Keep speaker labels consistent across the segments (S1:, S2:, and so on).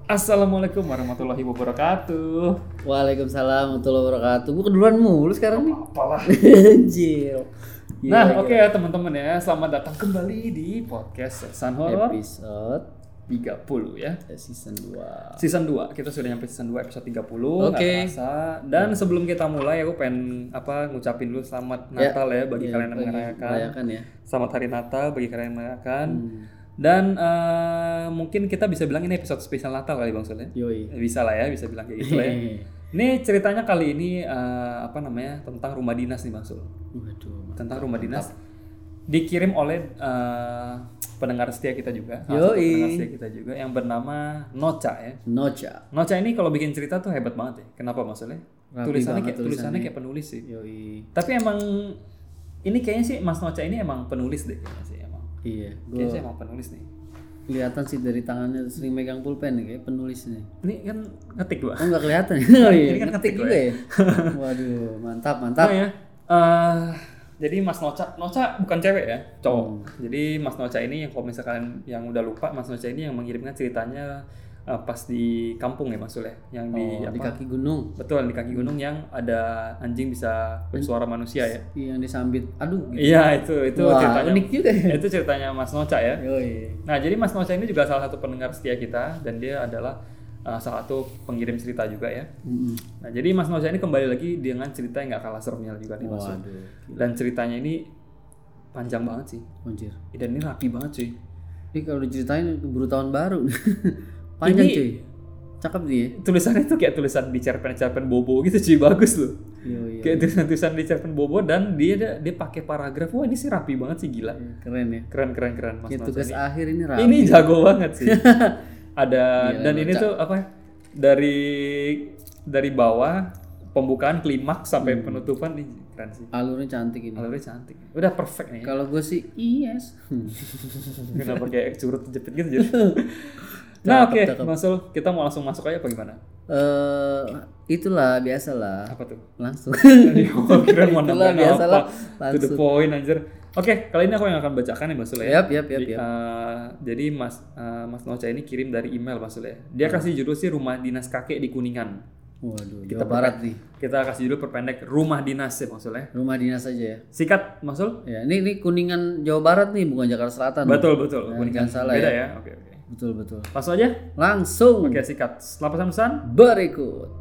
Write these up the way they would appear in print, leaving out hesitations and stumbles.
S1: Assalamualaikum warahmatullahi wabarakatuh.
S2: Waalaikumsalam warahmatullahi wabarakatuh. Gue keduluan mulu sekarang nih.
S1: Apalah.
S2: Anjir.
S1: Nah, oke ya teman-teman ya, selamat datang kembali di podcast Sersan Horor
S2: Episode
S1: 30 ya.
S2: Season 2.
S1: Season 2. Kita sudah nyampe season 2 episode 30.
S2: Oke.
S1: Nggak terasa. Dan sebelum kita mulai aku pengen ngucapin dulu selamat Natal ya bagi kalian yang merayakan.
S2: Ya.
S1: Selamat hari Natal bagi kalian yang merayakan. Dan mungkin kita bisa bilang ini episode spesial Natal kali Bang Sul ya.
S2: Yoi.
S1: Bisa lah ya, bisa bilang kayak gitu lah ya. Ini ceritanya kali ini tentang rumah dinas nih Bang Sul.
S2: Waduh.
S1: Tentang rumah dinas dikirim oleh pendengar setia kita juga. Salah satu pendengar setia kita juga yang bernama Nocha ya. Nocha ini kalau bikin cerita tuh hebat banget ya. Kenapa maksudnya? Tulisannya kayak penulis sih.
S2: Yoi.
S1: Tapi emang ini kayaknya sih Mas Nocha ini emang penulis deh kayaknya sih emang.
S2: Iya.
S1: Kayaknya sih emang penulis nih.
S2: Kelihatan sih dari tangannya sering megang pulpen nih kayak penulis nih.
S1: Ini kan ngetik gua.
S2: Oh enggak kelihatan. Oh iya.
S1: Ini kan ngetik
S2: juga ya. Waduh, mantap.
S1: Nah ya. Jadi Mas Nocha bukan cewek ya, cowok. Jadi Mas Nocha ini yang kalau misalkan yang udah lupa, Mas Nocha ini yang mengirimkan ceritanya pas di kampung ya Mas Sul ya, yang
S2: di kaki gunung.
S1: Betul, di kaki gunung yang ada anjing bisa bersuara manusia ya.
S2: Yang disambit. Aduh gitu.
S1: Iya, itu
S2: wah,
S1: ceritanya.
S2: Unik juga ya.
S1: Itu ceritanya Mas Nocha ya.
S2: Yoi.
S1: Nah, jadi Mas Nocha ini juga salah satu pendengar setia kita dan dia adalah salah satu pengirim cerita juga ya. Nah, jadi Mas Nocha ini kembali lagi dengan cerita yang nggak kalah seremnya juga nih Mas. Dan ceritanya ini panjang banget sih.
S2: Anjir.
S1: Dan ini rapi banget cuy.
S2: Ini kalau diceritain keburu tahun baru. Panjang
S1: ini,
S2: cuy. Cakep dia.
S1: Tulisannya tuh kayak tulisan di cerpen Bobo gitu cuy, bagus loh.
S2: Iya.
S1: Kayak tulisan di cerpen Bobo dan dia pakai paragraf. Wah, ini sih rapi banget sih, gila.
S2: Keren ya.
S1: Keren Mas Nocha.
S2: Tugas akhir ini rapi.
S1: Ini jago banget sih. Ada
S2: gila,
S1: dan ini tuh apa? Dari bawah pembukaan klimaks sampai penutupan nih keren sih.
S2: Alurnya cantik ini.
S1: Udah perfect nih.
S2: Kalau gue sih yes.
S1: Kenapa kayak curut jepit gitu jadi. Nah, oke, Mas Sul, kita mau langsung masuk aja apa gimana?
S2: Itulah biasalah.
S1: Apa tuh?
S2: Langsung.
S1: Kira mau
S2: itulah biasalah.
S1: To the point anjir. Oke, kali ini aku yang akan bacakan ya Mas Sul ya.
S2: Yap.
S1: Jadi Mas Nocha ini kirim dari email Mas Sul ya. Dia kasih judul sih Rumah Dinas Kakek di Kuningan.
S2: Waduh, Jawa Barat nih.
S1: Kita kasih judul perpendek Rumah Dinas ya Mas Sul ya.
S2: Rumah dinas aja ya.
S1: Sikat Mas Sul?
S2: Ya, ini Kuningan Jawa Barat nih, bukan Jakarta Selatan.
S1: Betul.
S2: Ya,
S1: Kuningan
S2: salah
S1: beda
S2: ya.
S1: Oke.
S2: Betul.
S1: Langsung aja?
S2: Langsung.
S1: Oke, sikat. Setelah pesan-pesan
S2: berikut.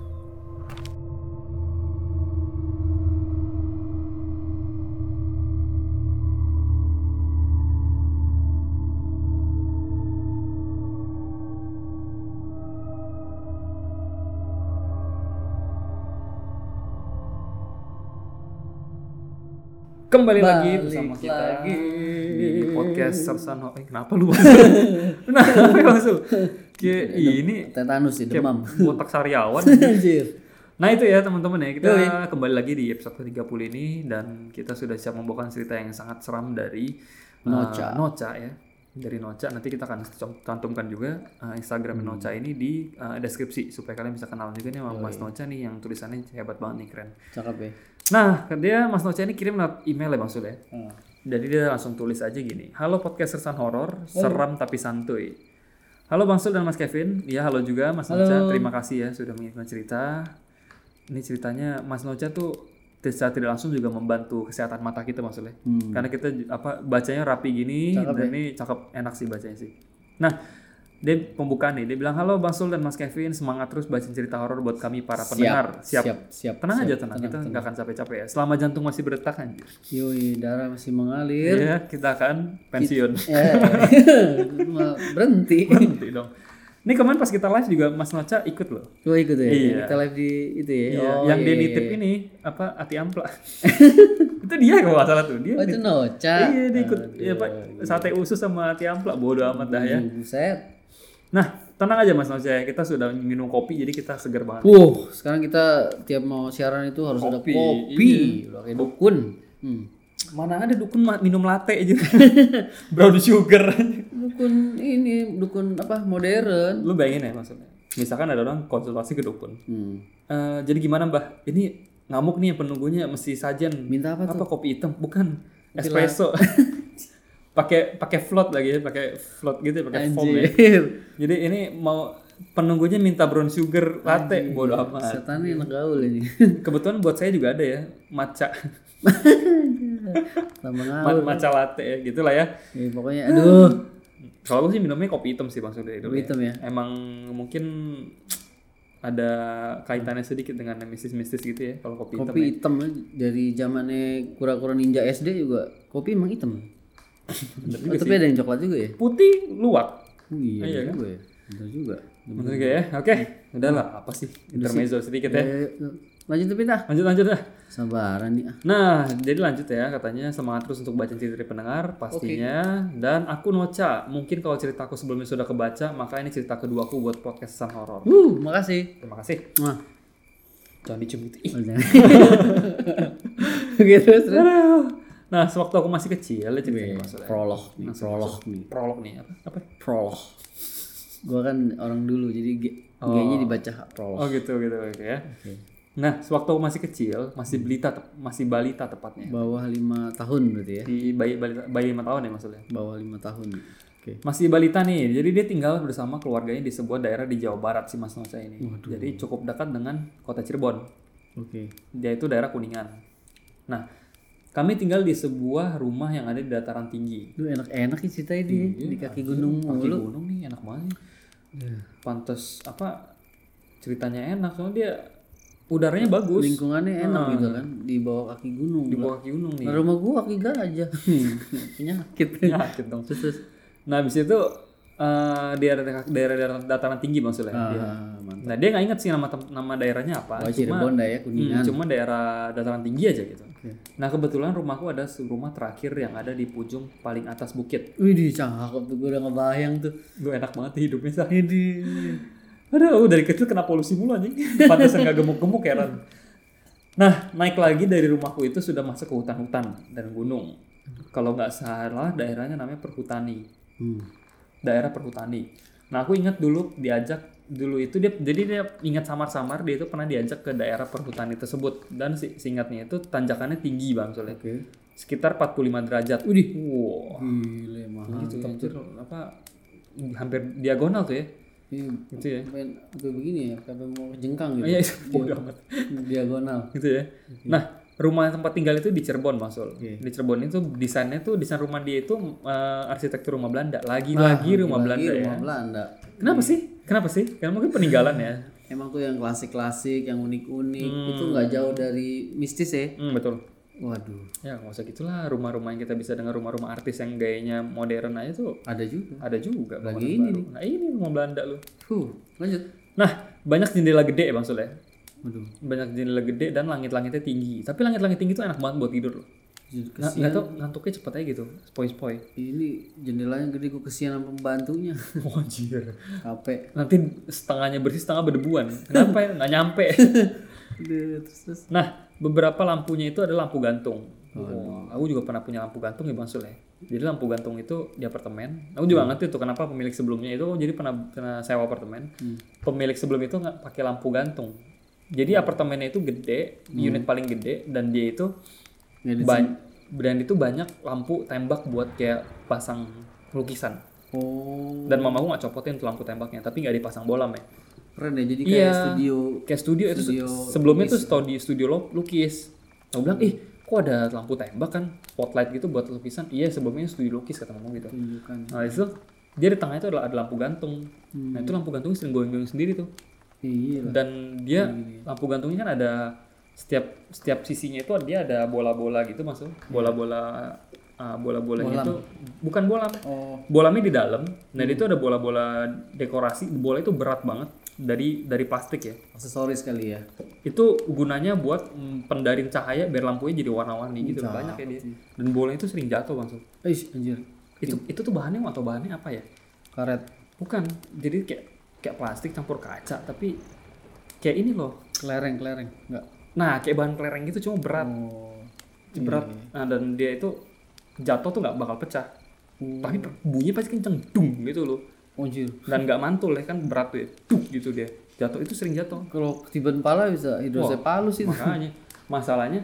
S1: Kembali lagi bersama kita di podcast Sersan Horor. Kenapa lu? Kenapa ya Mas Sul? Kayak ini
S2: tetanus sih, demam.
S1: Botak sariawan.
S2: Anjir.
S1: Nah itu ya teman-teman ya, kita kembali lagi di episode 30 ini dan kita sudah siap membawakan cerita yang sangat seram dari Nocha ya. Dari Nocha, nanti kita akan cantumkan juga Instagram Nocha ini di deskripsi supaya kalian bisa kenal juga nih sama Mas Nocha nih yang tulisannya hebat banget nih, keren.
S2: Cakep ya.
S1: Nah, dia Mas Nocha ini kirim email ya Bang Sul ya. Jadi dia langsung tulis aja gini. Halo podcast Sersan Horor, seram tapi santuy. Halo Bang Sul dan Mas Kevin. Ya, halo juga Mas Nocha. Terima kasih ya sudah mengirimkan cerita. Ini ceritanya Mas Nocha tuh secara tidak langsung juga membantu kesehatan mata kita Mas Sul ya. Karena kita bacanya rapi gini cakep, dan ini cakep, enak sih bacanya sih. Nah, dia pembukaan nih, dia bilang halo Bang Sul dan Mas Kevin, semangat terus baca cerita horor buat kami para pendengar. Siap. Tenang aja, kita nggak akan capek-capek ya. Selama jantung masih berdetak anjir.
S2: Yoi, darah masih mengalir.
S1: Iya, kita akan pensiun.
S2: Berhenti
S1: dong. Ini kemarin pas kita live juga Mas Nocha ikut loh.
S2: Oh ikut ya?
S1: Iya.
S2: Kita live di itu ya?
S1: Iya. Yang dia nitip ini ati ampla. Itu dia kalau nggak salah tuh. Dia
S2: itu Nocha.
S1: Iya, dia ikut ya Pak, sate usus sama ati ampla, bodo amat dah ya.
S2: Buset.
S1: Nah, tenang aja Mas Nocha, kita sudah minum kopi jadi kita segar banget.
S2: Sekarang kita tiap mau siaran itu harus ada kopi. Udah kayak dukun.
S1: Mana ada dukun minum latte aja. Brown sugar.
S2: Dukun apa modern.
S1: Lu bayangin ya maksudnya. Misalkan ada orang konsultasi ke dukun. Jadi gimana Mbah? Ini ngamuk nih penunggunya mesti sajen.
S2: Minta apa tuh?
S1: Apa kopi hitam? Bukan. Espresso. pakai float lagi ya, pakai float gitu, pakai foam ya. Jadi ini mau penunggunya minta brown sugar latte, bodo amat.
S2: Setan enak gaul ini.
S1: Kebetulan buat saya juga ada ya matcha.
S2: Tambah gaul.
S1: Matcha latte ya, gitulah ya.
S2: Ya, pokoknya aduh.
S1: Kalau aku sih minumnya kopi hitam sih maksudnya itu.
S2: Kopi hitam ya.
S1: Emang mungkin ada kaitannya sedikit dengan mistis-mistis gitu ya kalau kopi hitam.
S2: Kopi hitam dari zamannya kura-kura ninja SD juga kopi emang hitam. Tapi ada yang coklat juga ya?
S1: Putih luwak.
S2: Iya juga ya. Bener juga.
S1: Bener juga ya. Oke, udahlah apa sih? Intermezzo sedikit ya.
S2: Lanjut dah.
S1: Lanjut dah.
S2: Sabaran nih.
S1: Nah, jadi lanjut ya katanya semangat terus untuk baca cerita dari pendengar pastinya. Dan aku Noca, mungkin kalau ceritaku sebelumnya sudah kebaca, maka ini cerita keduaku buat podcast Kesan Horor.
S2: Makasih.
S1: Terima kasih.
S2: Wah.
S1: Jangan dicium gitu.
S2: Oke, terus.
S1: Nah, sewaktu aku masih kecil, ceritanya maksudnya.
S2: Prolog nih.
S1: Apa?
S2: Prolog. Gua kan orang dulu, jadi G-nya dibaca prolog.
S1: Oh gitu oke ya. Okay. Nah, sewaktu aku masih kecil, masih balita tepatnya.
S2: Bawah 5 tahun berarti ya?
S1: Di bayi 5 tahun ya maksudnya?
S2: Bawah 5 tahun. Okay.
S1: Masih balita nih, jadi dia tinggal bersama keluarganya di sebuah daerah di Jawa Barat si Mas Noca ini. Waduh. Jadi cukup dekat dengan kota Cirebon.
S2: Oke.
S1: Dia itu daerah Kuningan. Nah, kami tinggal di sebuah rumah yang ada di dataran tinggi.
S2: Enak-enak sih cerita ini di kaki gunung mulu.
S1: Kaki gunung nih enak banget. Pantes ceritanya enak soalnya dia udaranya bagus.
S2: Lingkungannya enak gitu kan di bawah kaki gunung.
S1: Di bawah kaki gunung nih.
S2: Nah, rumah gua kaki gajah. Penyakit dong. Terus.
S1: Nah, habis itu daerah dataran tinggi maksudnya. Nah, dia nggak inget sih nama daerahnya apa.
S2: Cirebon ya Kuningan.
S1: Cuma daerah dataran tinggi aja gitu. Okay. Nah, kebetulan rumahku ada rumah terakhir yang ada di ujung paling atas bukit.
S2: Wih, cakep tuh, gue udah ngebayang tuh.
S1: Gue enak banget hidupnya sah. Aduh, dari kecil kena polusi mulu anjing. Pantesan gak gemuk-gemuk ya Ran. Nah, naik lagi dari rumahku itu sudah masuk ke hutan-hutan dan gunung. Kalau nggak salah daerahnya namanya Perhutani. Daerah Perhutani. Nah, aku ingat dulu dia ingat samar-samar dia itu pernah diajak ke daerah perhutani tersebut dan seingatnya itu tanjakannya tinggi bang soalnya. Sekitar 45 derajat.
S2: Wow. Gile mahal.
S1: Gitu hampir diagonal tuh ya.
S2: Gitu ya. Kayak begini ya, kayak mau jengkang gitu.
S1: Iya, bodoh amat.
S2: Diagonal.
S1: Gitu ya. Nah, rumah tempat tinggal itu di Cirebon Bang Sul. Di Cirebon itu desain rumah dia itu arsitektur rumah Belanda. Lagi-lagi rumah Belanda ya.
S2: Belanda.
S1: Kenapa sih? Karena mungkin peninggalan ya.
S2: Emang tuh yang klasik-klasik, yang unik-unik itu nggak jauh dari mistis ya.
S1: Betul.
S2: Waduh.
S1: Ya nggak usah gitulah, rumah-rumah yang kita bisa dengar rumah-rumah artis yang gayanya modern aja tuh.
S2: Ada juga.
S1: Lagi ini nih. Nah ini rumah Belanda lu.
S2: Lanjut.
S1: Nah banyak jendela gede ya Bang Sul ya.
S2: Waduh.
S1: Banyak jendela gede dan langit-langitnya tinggi. Tapi langit-langit tinggi tuh enak banget buat tidur loh. Nggak tau ngantuknya cepet aja gitu, spoi-spoi.
S2: Ini jendelanya gede, gue kesian sama pembantunya.
S1: Oh anjir.
S2: Capek.
S1: Nanti setengahnya bersih, setengah berdebuan. Kenapa ya? Nggak nyampe.
S2: Terus.
S1: Nah, beberapa lampunya itu ada lampu gantung. Aku juga pernah punya lampu gantung ya Bang Sul ya. Jadi lampu gantung itu di apartemen. Aku juga ngerti tuh kenapa pemilik sebelumnya itu jadi pernah sewa apartemen. Pemilik sebelum itu nggak pakai lampu gantung. Jadi apartemennya itu gede, unit paling gede dan dia itu banyak lampu tembak buat kayak pasang lukisan. Dan mamaku nggak copotin tuh lampu tembaknya, tapi nggak dipasang bolam ya.
S2: Keren ya, jadi kayak
S1: studio itu sebelumnya tuh studio lukis. Aku bilang, kok ada lampu tembak kan, spotlight gitu buat lukisan. Iya sebelumnya studio lukis kata mamaku gitu. Nah itu dia di tengah itu ada lampu gantung. Nah itu lampu gantungnya sering goyang-goyang sendiri tuh. Dan dia lampu gantungnya kan ada setiap sisinya itu dia ada bola-bola gitu maksud. Bola-bola itu bukan bolam. Bolamnya di dalam. Nah, itu ada bola-bola dekorasi. Bola itu berat banget dari plastik ya.
S2: Aksesoris kali ya.
S1: Itu gunanya buat pendaring cahaya biar lampunya jadi warna-warni gitu. Banyak ya dia. Dan bola itu sering jatuh langsung.
S2: Anjir.
S1: Itu tuh bahannya apa ya? Karet. Bukan. Jadi kayak plastik campur kaca tapi kayak ini loh.
S2: Kelereng enggak.
S1: Nah, kayak bahan kelereng gitu cuma berat. Berat. Nah, dan dia itu jatuh tuh nggak bakal pecah. Tapi bunyinya pasti kenceng dung gitu loh.
S2: Anjir.
S1: Dan nggak mantul ya kan berat tuh ya. Duk gitu dia. Jatuh itu sering jatuh.
S2: Kalau ketiban pala bisa hidrosepalus itu.
S1: Makanya masalahnya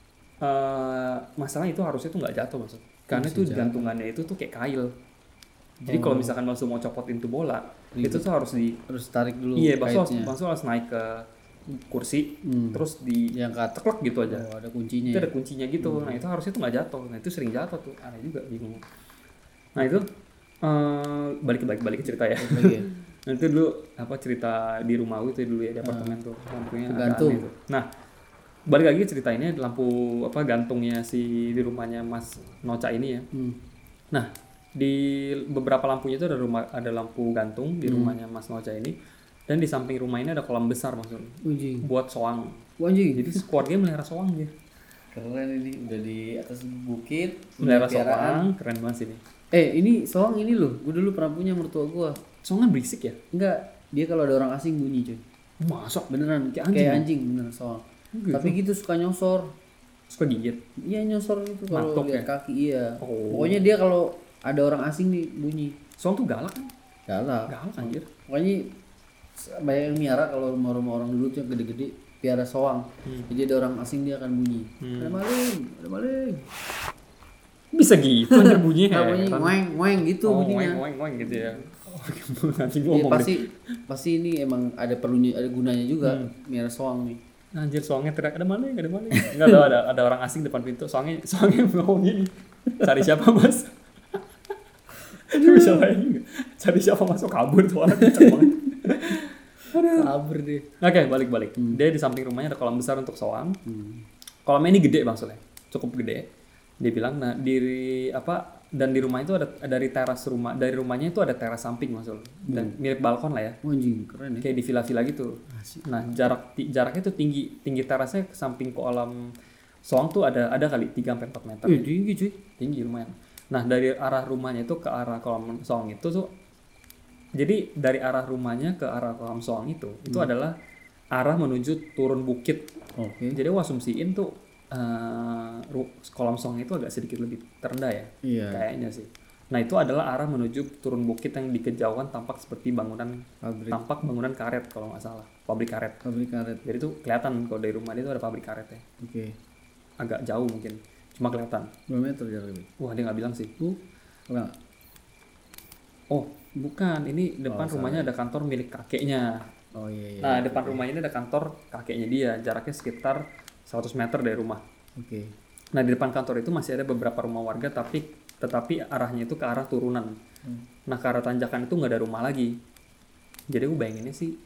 S1: itu harusnya tuh nggak jatuh maksud. Karena itu gantungannya itu tuh kayak kail. Jadi kalau misalkan Bangsul mau copotin tuh bola, itu tuh harus
S2: tarik dulu.
S1: Iya, Bangsul harus naik ke kursi, terus
S2: diangkat
S1: teklek gitu aja.
S2: Oh, ada kuncinya.
S1: Itu ada kuncinya gitu. Nah itu harusnya tuh nggak jatuh. Nah itu sering jatuh tuh. Aneh juga, bingung. Nah itu balik ke cerita ya. Nah itu dulu cerita di rumah itu dulu ya, di apartemen tuh lampunya
S2: gantung.
S1: Itu. Nah balik lagi cerita ini lampu gantungnya si di rumahnya Mas Noca ini ya. Nah di beberapa lampunya itu ada lampu gantung di rumahnya Mas Noca ini. Dan di samping rumah ini ada kolam besar maksudnya. Buat soang. Jadi keluarganya melihara soang dia.
S2: Keren ini, udah di atas bukit.
S1: Melihara soang, keren banget sih ini.
S2: Ini soang ini loh, gue dulu pernah punya mertua gue.
S1: Soang kan berisik ya?
S2: Enggak, dia kalau ada orang asing bunyi cuy.
S1: Masa?
S2: Beneran, kayak anjing beneran soang. Gitu. Tapi gitu suka nyosor.
S1: Suka gigit?
S2: Iya nyosor itu kalau lihat kaki, iya.
S1: Oh.
S2: Pokoknya dia kalau ada orang asing nih bunyi.
S1: Soang tuh galak kan?
S2: Galak
S1: anjir.
S2: Pokoknya banyak yang miara kalau rumah-rumah orang dulu tuh yang gede-gede piara soang. Jadi ada orang asing dia akan bunyi. Ada maling.
S1: Bisa gitu anjir bunyinya.
S2: Ngoeng gitu bunyinya.
S1: Ngoeng gitu ya.
S2: Nanti ngomong. Pasti ini emang ada gunanya juga miara soang nih.
S1: Anjir soangnya teriak ada maling. Enggak ada orang asing depan pintu. Soangnya ngomong gini. Cari siapa Mas? Bisa bayangin enggak? Cari siapa masuk kabur tuh orang kenceng banget.
S2: Kabur deh.
S1: Oke, balik. Dia di samping rumahnya ada kolam besar untuk soang. Kolamnya ini gede maksudnya, cukup gede. Dia bilang, dan di rumah itu ada dari teras rumah, dari rumahnya itu ada teras samping maksudnya, dan mirip balkon lah ya.
S2: Anjing, keren ya.
S1: Kayak di villa-villa gitu. Nah, jaraknya itu tinggi terasnya ke samping kolam soang tuh ada kali 3-4 meter.
S2: Tinggi cuy.
S1: Tinggi lumayan. Nah, dari arah rumahnya itu ke arah kolam soang itu tuh. Jadi dari arah rumahnya ke arah kolam soang itu adalah arah menuju turun bukit.
S2: Oke.
S1: Jadi asumsiin tuh kolam soang itu agak sedikit lebih terendah ya.
S2: Iya.
S1: Kayaknya sih. Nah itu adalah arah menuju turun bukit yang di kejauhan tampak seperti bangunan karet kalau nggak salah. Pabrik karet. Jadi itu kelihatan kalau dari rumah dia itu ada pabrik karet ya.
S2: Oke.
S1: Agak jauh mungkin. Cuma kelihatan.
S2: Berapa meter jaraknya?
S1: Wah dia nggak bilang sih.
S2: Enggak.
S1: Oh bukan, ini depan rumahnya ada kantor milik kakeknya.
S2: Oh iya.
S1: Nah depan rumah ini ada kantor kakeknya dia, jaraknya sekitar 100 meter dari rumah.
S2: Oke.
S1: Nah di depan kantor itu masih ada beberapa rumah warga tetapi arahnya itu ke arah turunan. Nah ke arah tanjakan itu nggak ada rumah lagi. Jadi gue bayanginnya sih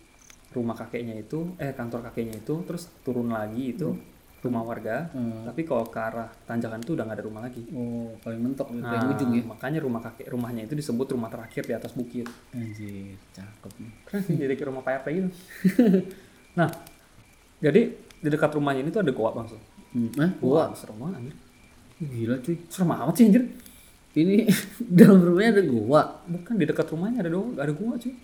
S1: kantor kakeknya itu terus turun lagi itu rumah warga, tapi kalau ke arah tanjakan itu udah nggak ada rumah lagi.
S2: Oh, paling mentok di ujung ya.
S1: Makanya rumahnya itu disebut rumah terakhir di atas bukit.
S2: Anjir, cakep nih.
S1: Keren sih, jadi kayak rumah Pak RT gitu. Nah, jadi di dekat rumahnya ini tuh ada goa Bang.
S2: Goa?
S1: Serem banget anjir.
S2: Gila cuy.
S1: Serem amat sih anjir.
S2: Ini dalam rumahnya ada goa?
S1: Bukan, di dekat rumahnya ada goa cuy.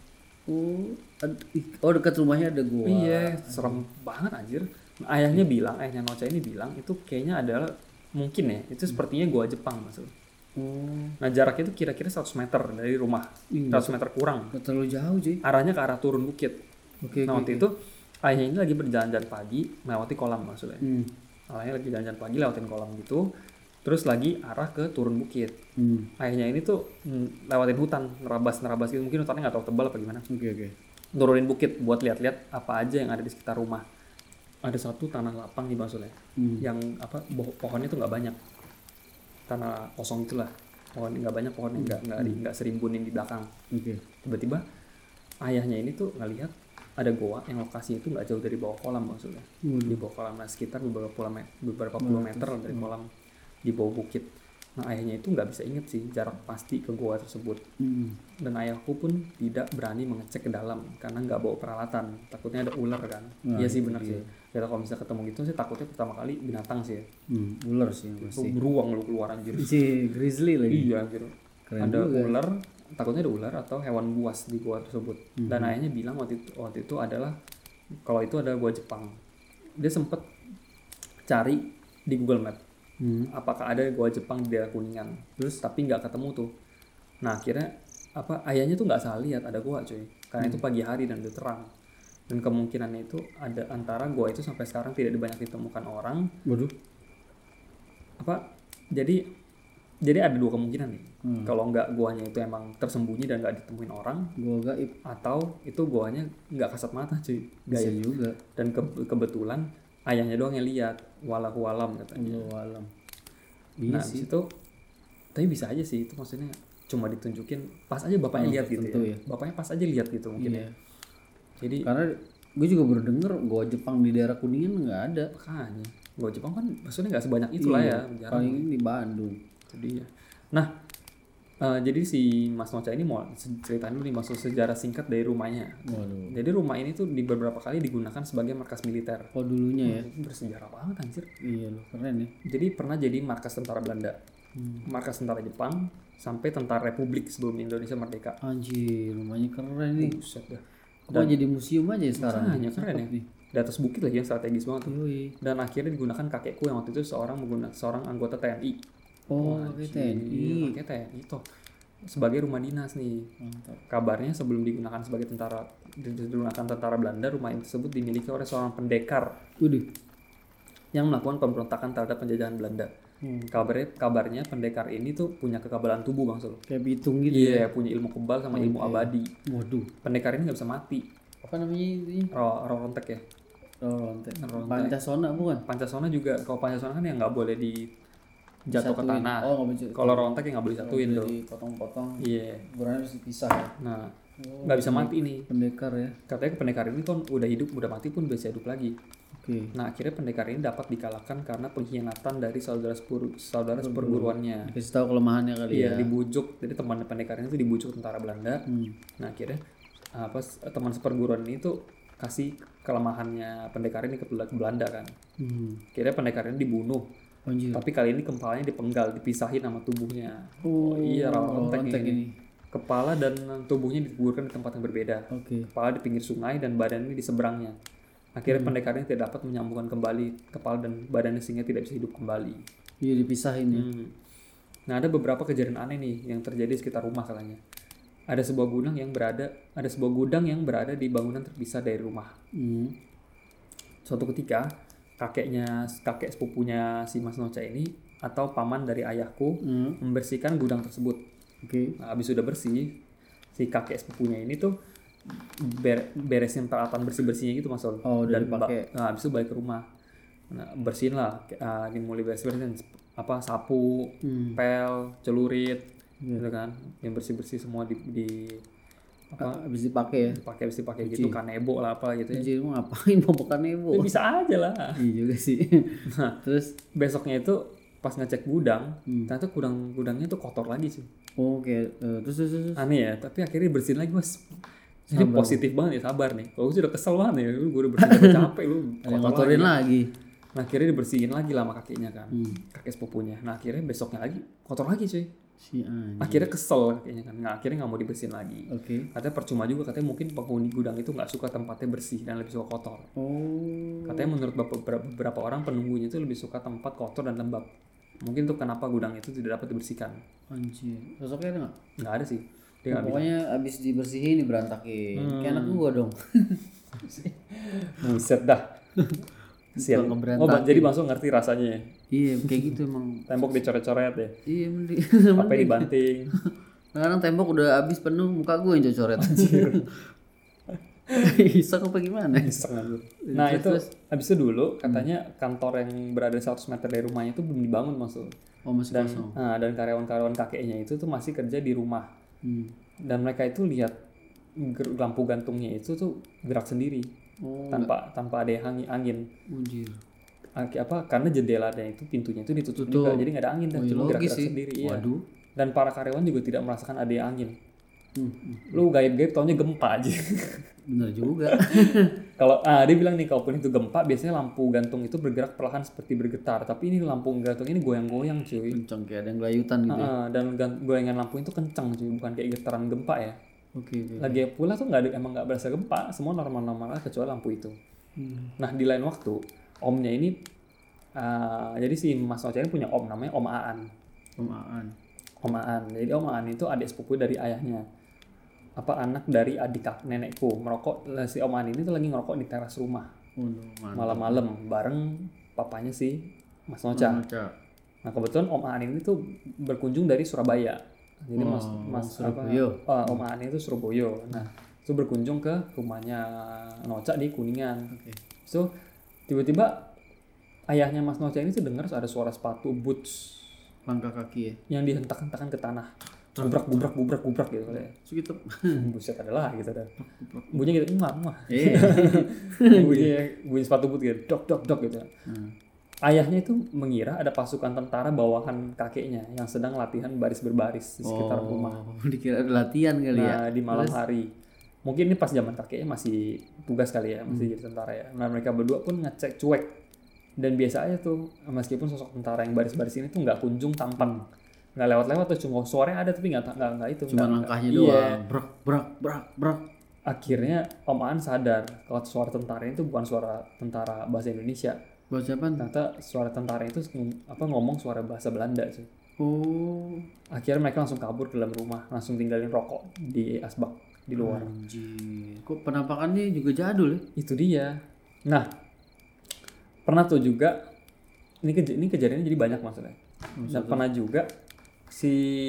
S2: Oh dekat rumahnya ada goa.
S1: Iya, serem banget anjir. Ayahnya Noca ini bilang itu kayaknya adalah mungkin ya, itu sepertinya goa Jepang maksudnya. Nah jaraknya itu kira-kira 100 meter dari rumah, 100 meter kurang.
S2: Gak terlalu jauh sih.
S1: Arahnya ke arah turun bukit. Waktu itu ayahnya ini lagi berjalan-jalan pagi melewati kolam maksudnya. Ayahnya lagi jalan-jalan pagi lewatin kolam gitu, terus lagi arah ke turun bukit. Ayahnya ini tuh lewatin hutan, nerabas gitu, mungkin hutannya nggak tahu tebal apa gimana.
S2: Oke.
S1: Turunin bukit buat lihat-lihat apa aja yang ada di sekitar rumah. Ada satu tanah lapang nih maksudnya, yang pohonnya tuh nggak banyak, tanah kosong itulah, pohon nggak banyak, pohonnya nggak serimbunin di belakang. Tiba-tiba ayahnya ini tuh ngelihat ada goa yang lokasinya itu nggak jauh dari bawah kolam maksudnya, di bawah kolam, sekitar beberapa puluh meter dari kolam, di bawah bukit. Nah ayahnya itu nggak bisa inget sih jarak pasti ke goa tersebut. Dan ayahku pun tidak berani mengecek ke dalam karena nggak bawa peralatan, takutnya ada ular kan. Iya sih benar sih. Ya kalau misalnya ketemu gitu sih takutnya pertama kali binatang sih ya.
S2: Ular sih pasti.
S1: Beruang lu keluar anjir.
S2: Grizzly lagi.
S1: Iya gitu. Ada ular, takutnya ada ular atau hewan buas di goa tersebut. Dan ayahnya bilang waktu itu adalah kalau itu ada goa Jepang. Dia sempet cari di Google Map. Apakah ada goa Jepang di daerah Kuningan, terus tapi nggak ketemu tuh. Nah akhirnya ayahnya tuh nggak salah lihat ada goa cuy, karena itu pagi hari dan udah terang, dan kemungkinannya itu ada antara goa itu sampai sekarang tidak banyak ditemukan orang.
S2: Waduh.
S1: Jadi Jadi ada dua kemungkinan nih. Kalau nggak guanya itu emang tersembunyi dan nggak ditemuin orang,
S2: Gua gaib.
S1: atau itu guanya nggak kasat mata cuy,
S2: Bisa
S1: gaib.
S2: juga.
S1: Dan kebetulan ayahnya doang yang lihat, walahu alam katanya.
S2: Allah alam. Iya
S1: Nah
S2: sih.
S1: itu, tapi bisa aja sih itu maksudnya cuma ditunjukin pas aja bapaknya lihat gitu
S2: tentu
S1: ya. Bapaknya pas aja lihat gitu mungkin
S2: Iya.
S1: ya. Jadi
S2: Karena gue juga baru denger gua Jepang di daerah Kuningan nggak ada.
S1: makanya gua Jepang kan maksudnya nggak sebanyak itulah ya, jarang.
S2: Paling ini di Bandung.
S1: Itu dia. Nah, jadi si Mas Noca ini mau ceritain dulu nih masuk sejarah singkat dari rumahnya.
S2: Waduh.
S1: Jadi rumah ini tuh di beberapa kali digunakan sebagai markas militer.
S2: Oh dulunya ya.
S1: Ini bersejarah banget anjir.
S2: Iya loh, keren ya.
S1: Jadi pernah jadi markas tentara Belanda, markas tentara Jepang, sampai tentara Republik sebelum Indonesia merdeka.
S2: Anjir, rumahnya keren nih.
S1: Buset dah.
S2: Kok jadi museum aja sekarang?
S1: Makanya keren ya.
S2: Nih.
S1: Di atas bukit lagi yang strategis banget tuh.
S2: Yoi.
S1: Dan akhirnya digunakan kakekku yang waktu itu seorang anggota TNI.
S2: Oh, pakai TNI.
S1: Pakai TNI toh. Sebagai rumah dinas nih.
S2: Mantap.
S1: Kabarnya sebelum digunakan sebagai digunakan tentara Belanda, rumah ini tersebut dimiliki oleh seorang pendekar
S2: Udah.
S1: yang melakukan pemberontakan terhadap penjajahan Belanda. Kabarnya pendekar ini tuh punya kekebalan tubuh Bang Sul.
S2: Kayak pitung gitu.
S1: Iya, punya ilmu kebal sama ilmu abadi.
S2: Waduh.
S1: Pendekar ini nggak bisa mati.
S2: Apa namanya itu?
S1: Rontek ya.
S2: Oh, Pancasona bukan?
S1: Pancasona juga. Kalau Pancasona kan yang nggak boleh dijatuh ke
S2: Disatuin.
S1: tanah.
S2: Oh, nggak bisa.
S1: Kalau rontek yang nggak boleh disatuin tuh.
S2: Dipotong-potong.
S1: Iya.
S2: Ukurannya harus dipisah ya.
S1: Nah, nggak bisa mati nih.
S2: Pendekar ya.
S1: Katanya pendekar ini kan udah hidup, udah mati pun bisa hidup lagi.
S2: Oke.
S1: Nah, akhirnya pendekar ini dapat dikalahkan karena pengkhianatan dari saudara seperguruannya.
S2: Kasih tahu kelemahannya kali
S1: Iya,
S2: ya.
S1: dibujuk. Jadi teman pendekar ini tuh dibujuk tentara Belanda. Nah, akhirnya teman seperguruan ini tuh kasih kelemahannya pendekar ini ke Belanda kan. Akhirnya pendekar ini dibunuh.
S2: Anjir.
S1: Tapi kali ini kepalanya dipenggal, dipisahin sama tubuhnya.
S2: Oh,
S1: iya, rontek
S2: rontek
S1: ini. Kepala dan tubuhnya dikuburkan di tempat yang berbeda.
S2: Oke.
S1: Kepala di pinggir sungai dan badan ini di seberangnya. Akhirnya pendekarnya tidak dapat menyambungkan kembali kepala dan badannya sehingga tidak bisa hidup kembali.
S2: Iya dipisahin ya.
S1: Nah, ada beberapa kejadian aneh nih yang terjadi di sekitar rumah katanya. Ada sebuah gudang yang berada di bangunan terpisah dari rumah. Suatu ketika kakek sepupunya si Mas Noca ini atau paman dari ayahku membersihkan gudang tersebut.
S2: Oke.
S1: Nah, habis sudah bersih, si kakek sepupunya ini tuh beresin peralatan bersih-bersihnya gitu Mas Sol.
S2: Oh, udah
S1: Dan
S2: dipakai.
S1: habis itu balik ke rumah. Nah, bersihin lah, dimulai bersihin apa sapu, pel, celurit, gitu kan. Yang bersih-bersih semua di
S2: Habis dipakai ya.
S1: dipakai gitu, kanebo lah apa gitu ya.
S2: Anjir, mau ngapain mau bukan nebo?
S1: Ya, bisa aja lah.
S2: Iya juga sih.
S1: Nah,
S2: Terus
S1: besoknya itu pas ngecek gudang, ternyata gudangnya tuh kotor lagi sih.
S2: oke, terus.
S1: Aneh ya, tapi akhirnya bersihin lagi Mas. Jadi positif banget ya, sabar nih. Kalau gue sudah kesel banget ya, gue udah bersihin capek lu.
S2: Ada yang ngotorin lagi.
S1: Nah, akhirnya dibersihin lagi lah sama kakeknya kan, kakek sepupunya. Nah, akhirnya besoknya lagi kotor lagi cuy.
S2: Si anjing.
S1: Akhirnya kesel kakeknya kan. Nah, akhirnya nggak mau dibersihin lagi.
S2: Oke.
S1: Katanya percuma juga, katanya mungkin penghuni gudang itu nggak suka tempatnya bersih dan lebih suka kotor.
S2: Oh.
S1: Katanya menurut beberapa orang penunggunya itu lebih suka tempat kotor dan lembab. Mungkin tuh kenapa gudang itu tidak dapat dibersihkan.
S2: Anjir. Sosoknya ada nggak?
S1: Nggak ada sih. Dia nggak
S2: Pokoknya abis dibersihin diberantakin. Kayak anak gua dong.
S1: buset dah. Kesian. Oh, jadi langsung ngerti rasanya ya.
S2: Iya, kayak gitu emang.
S1: Tembok dicoret-coret ya.
S2: Iya, mending.
S1: Apa dibanting.
S2: Sekarang tembok udah habis penuh, muka gue yang coret. Anjir. Iseng apa gimana?
S1: Nah, itu habis itu dulu katanya kantor yang berada 100 meter dari rumahnya itu belum dibangun maksud.
S2: Oh, masih kosong.
S1: Dan karyawan-karyawan kakeknya itu tuh masih kerja di rumah. Dan mereka itu lihat lampu gantungnya itu tuh gerak sendiri.
S2: Oh,
S1: tanpa ada angin.
S2: Anjir.
S1: Karena jendelanya itu pintunya itu ditutup juga, jadi nggak ada angin dan cuma gerak-gerak sendiri.
S2: Waduh.
S1: Iya. Dan para karyawan juga tidak merasakan ada angin. Lu gaib-gaib taunya gempa aja.
S2: Bener juga.
S1: Kalau dia bilang nih, kalaupun itu gempa biasanya lampu gantung itu bergerak perlahan seperti bergetar, tapi ini lampu gantung ini goyang-goyang cuy.
S2: Kencang kayak ada yang gelayutan gitu.
S1: Dan goyangan lampu itu kencang cuy, bukan kayak getaran gempa ya.
S2: Oke.
S1: Lagi pula tuh emang nggak berasa gempa, semua normal-normal aja kecuali lampu itu. Nah, di lain waktu omnya ini jadi si Mas Noca ini punya om namanya Om Aan. Om Aan. Jadi Om Aan itu adik sepupu dari ayahnya. Anak dari adik nenekku. Si Om Aan ini tuh lagi ngerokok di teras rumah. Malam-malam bareng papanya si Mas Noca. Nah kebetulan Om Aan ini tuh berkunjung dari Surabaya. Jadi Mas
S2: Surabaya.
S1: Om Aan itu Surabaya. Nah itu berkunjung ke rumahnya Noca di Kuningan. So tiba-tiba ayahnya Mas Noca ini tuh dengar ada suara sepatu boots
S2: Langkah kaki ya.
S1: yang dihentak-hentakan ke tanah. Gubrak gitu kayak.
S2: Segitu.
S1: Buset adalah gitu dah. Bunyinya gitu mah. bunyi sepatu boot gitu. Dok gitu. Ayahnya itu mengira ada pasukan tentara bawahan kakeknya yang sedang latihan baris berbaris di sekitar rumah.
S2: Dikira ada latihan kali ya.
S1: Nah, di malam hari. Mungkin ini pas zaman kakeknya masih tugas kali ya, masih jadi tentara ya. Nah, mereka berdua pun ngecek cuek. Dan biasa aja tuh, meskipun sosok tentara yang baris-baris ini tuh nggak kunjung tampak. Nggak lewat-lewat tuh, cuma suaranya ada tapi nggak itu.
S2: Cuma langkahnya doang. Brak.
S1: Akhirnya Om Aan sadar kalau suara tentara itu bukan suara tentara bahasa Indonesia.
S2: Bahasa apa?
S1: Ternyata suara tentara itu ngomong suara bahasa Belanda sih.
S2: Oh.
S1: Akhirnya mereka langsung kabur ke dalam rumah, langsung tinggalin rokok di asbak di luar.
S2: Anjir. Kok penampakannya juga jadul ya?
S1: Itu dia. Nah, pernah tuh juga ini kejadiannya jadi banyak maksudnya. Dan pernah juga si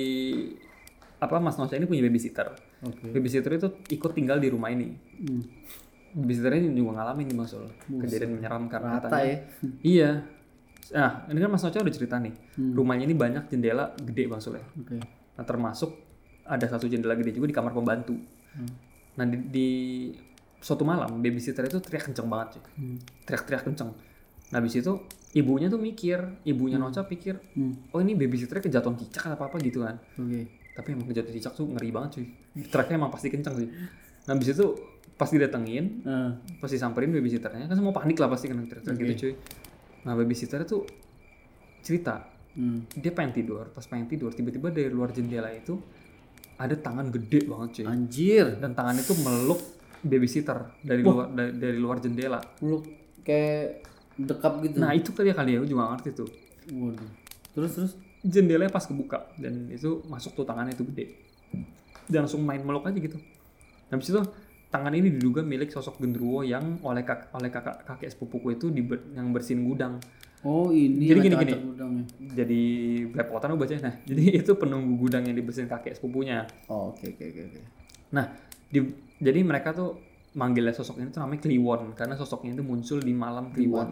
S1: Mas Noca ini punya babysitter. Babysitter itu ikut tinggal di rumah ini. Babysitternya juga ngalamin nih Mas kejadian menyeramkan katanya.
S2: Ya?
S1: Iya. Nah, ini kan Mas Noca udah cerita nih. Rumahnya ini banyak jendela gede Bang Sul. Nah, termasuk ada satu jendela gede juga di kamar pembantu. Nah, di suatu malam babysitter itu teriak kenceng banget, cuy. Teriak kenceng. Nah, habis itu ibunya Noca pikir, oh ini babysitternya kejatuhan cicak atau apa gitu kan. Tapi emang kejatuhan cicak tuh ngeri banget, cuy. Teriaknya emang pasti kenceng sih. Nah, habis itu pas didatengin, pas disamperin babysitternya, kan semua panik lah pasti kan teriak-teriak gitu, cuy. Nah, babysitternya tuh cerita, dia pengen tidur, pas pengen tidur tiba-tiba dari luar jendela itu ada tangan gede banget, cuy.
S2: Anjir.
S1: Dan tangan itu meluk babysitter dari luar jendela.
S2: Meluk kayak dekap gitu.
S1: Nah, itu kali ya, aku juga ngerti tuh.
S2: Waduh. Terus
S1: jendelanya pas kebuka dan itu masuk tuh tangannya itu gede. Dan langsung main meluk aja gitu. Habis itu tangan ini diduga milik sosok genderuwo yang oleh kakek sepupuku itu yang bersihin gudang.
S2: Oh, ini
S1: jadi gini.
S2: Gudangnya.
S1: Jadi belepotan aku bacanya. Nah, jadi itu penunggu gudang yang dibersihin kakek sepupunya.
S2: Oh, oke.
S1: Nah, jadi mereka tuh manggilnya sosok ini tuh namanya Kliwon karena sosoknya itu muncul di malam Kliwon.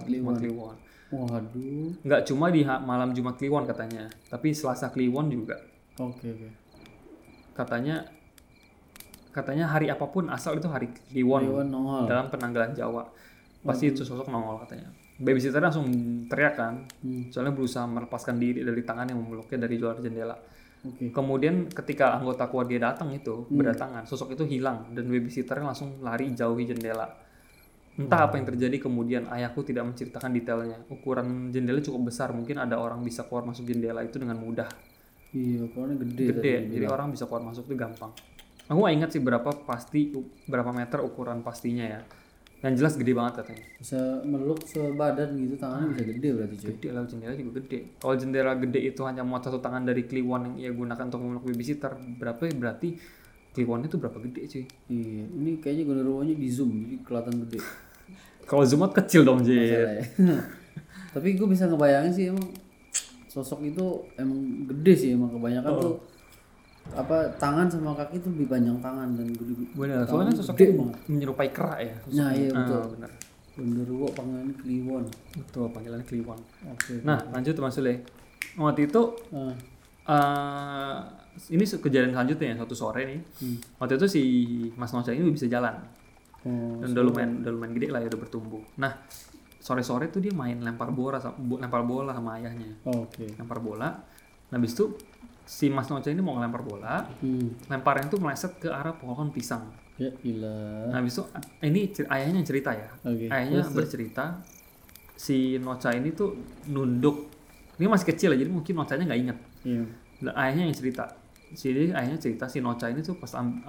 S2: Waduh.
S1: Nggak cuma di malam Jumat Kliwon katanya, tapi Selasa Kliwon juga.
S2: Oke.
S1: Katanya hari apapun asal itu hari Kliwon
S2: nongol.
S1: Dalam penanggalan Jawa pasti itu sosok nongol katanya. Babysitter langsung teriak kan, soalnya berusaha melepaskan diri dari tangan yang memeluknya dari luar jendela. Kemudian ketika anggota keluarga datang itu berdatangan, sosok itu hilang dan babysitter langsung lari jauhi jendela. Entah apa yang terjadi kemudian, ayahku tidak menceritakan detailnya. Ukuran jendela cukup besar, mungkin ada orang bisa keluar masuk jendela itu dengan mudah.
S2: Iya, ukurannya gede.
S1: Jadi orang bisa keluar masuk itu gampang. Aku gak ingat sih berapa meter ukuran pastinya ya. Yang jelas gede banget katanya.
S2: Bisa meluk sebadan gitu, tangannya bisa gede berarti, cuy.
S1: Gede lah, jendela juga gede. Kalau jendela gede itu hanya muat satu tangan dari Kliwon yang ia gunakan untuk memeluk babysitter, berarti Kliwonnya itu berapa gede, cuy?
S2: Iya, ini kayaknya genderuwonya di zoom jadi kelihatan gede.
S1: Kalau zoom out kecil dong, Jir.
S2: Ya. Tapi gue bisa ngebayangin sih emang sosok itu emang gede sih, emang kebanyakan tuh tangan sama kaki tuh lebih panjang tangan dan gede.
S1: Bener, soalnya sosoknya menyerupai kera ya.
S2: Nah, iya betul.
S1: Bener.
S2: Genderuwo panggilannya Kliwon.
S1: Betul, panggilannya Kliwon.
S2: Oke.
S1: Nah, lanjut Mas Sule. Waktu itu ini kejadian selanjutnya ya, satu sore nih. Waktu itu si Mas Noca ini bisa jalan. Dan udah lumayan gede lah ya, udah bertumbuh. Nah, sore-sore tuh dia main lempar bola sama ayahnya. Lempar bola. Nah, habis itu si Mas Noca ini mau ngelempar bola. Lemparnya tuh meleset ke arah pohon pisang.
S2: Ya gila.
S1: Nah, habis itu ini ayahnya yang cerita ya. Ayahnya bercerita si Noca ini tuh nunduk. Ini masih kecil ya, jadi mungkin Nocanya nggak inget. Nah, ayahnya yang cerita. Jadi ayahnya cerita si Noca ini tuh pas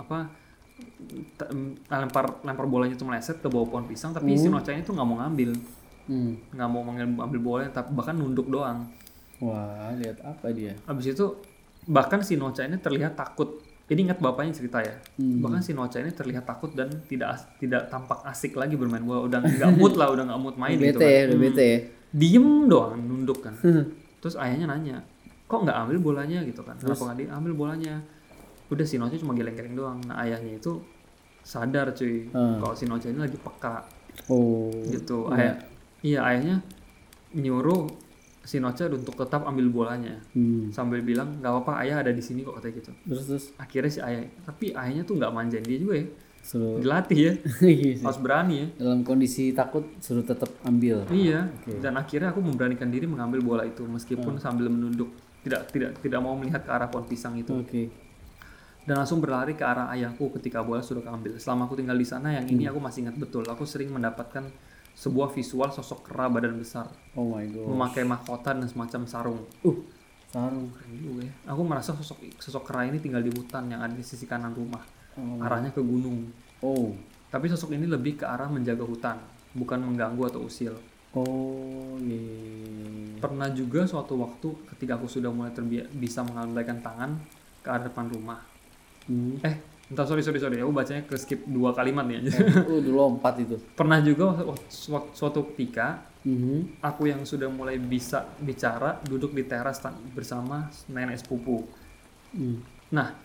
S1: lempar bolanya tuh meleset ke bawah pohon pisang, tapi si Noca ini tuh nggak mau ngambil. Nggak mau mengambil bolanya, tapi bahkan nunduk doang.
S2: Wah, lihat apa dia?
S1: Habis itu bahkan si Noca ini terlihat takut. Ini ingat bapaknya cerita ya. Bahkan si Noca ini terlihat takut dan tidak tampak asik lagi bermain bola. Udah nggak mood main gitu kan.
S2: Udah bete ya.
S1: Diem doang, nunduk kan. Terus ayahnya nanya, kok nggak ambil bolanya gitu kan? Kenapa nggak diambil bolanya? Udah si Noce cuma geleng-geleng doang. Nah ayahnya itu sadar cuy, kalau si Noce ini lagi peka.
S2: Oh.
S1: Gitu.
S2: Iya.
S1: Ayahnya nyuruh si Noce untuk tetap ambil bolanya. Sambil bilang nggak apa-apa ayah ada di sini kok katanya gitu.
S2: Terus
S1: Akhirnya si ayah, tapi ayahnya tuh nggak manjain dia juga ya.
S2: suruh
S1: Dilatih ya,
S2: Iya sih.
S1: harus berani ya.
S2: Dalam kondisi takut suruh tetap ambil.
S1: Iya. Dan akhirnya aku memberanikan diri mengambil bola itu meskipun sambil menunduk, tidak mau melihat ke arah pohon pisang itu.
S2: Oke.
S1: Dan langsung berlari ke arah ayahku ketika bola sudah keambil. Selama aku tinggal di sana, yang ini aku masih ingat betul. Aku sering mendapatkan sebuah visual sosok kera badan besar
S2: Oh my god.
S1: memakai mahkota dan semacam sarung.
S2: Sarung.
S1: Keren juga ya. Aku merasa sosok kera ini tinggal di hutan yang ada di sisi kanan rumah. Arahnya ke gunung.
S2: Oh.
S1: Tapi sosok ini lebih ke arah menjaga hutan, bukan mengganggu atau usil.
S2: Oh iya.
S1: Pernah juga suatu waktu ketika aku sudah mulai bisa mengabaikan tangan ke arah depan rumah. Entar sorry. Aku bacanya ke skip 2 kalimat nih aja.
S2: Udah lompat itu.
S1: Pernah juga suatu ketika aku yang sudah mulai bisa bicara duduk di teras bersama nenek sepupu. Nah,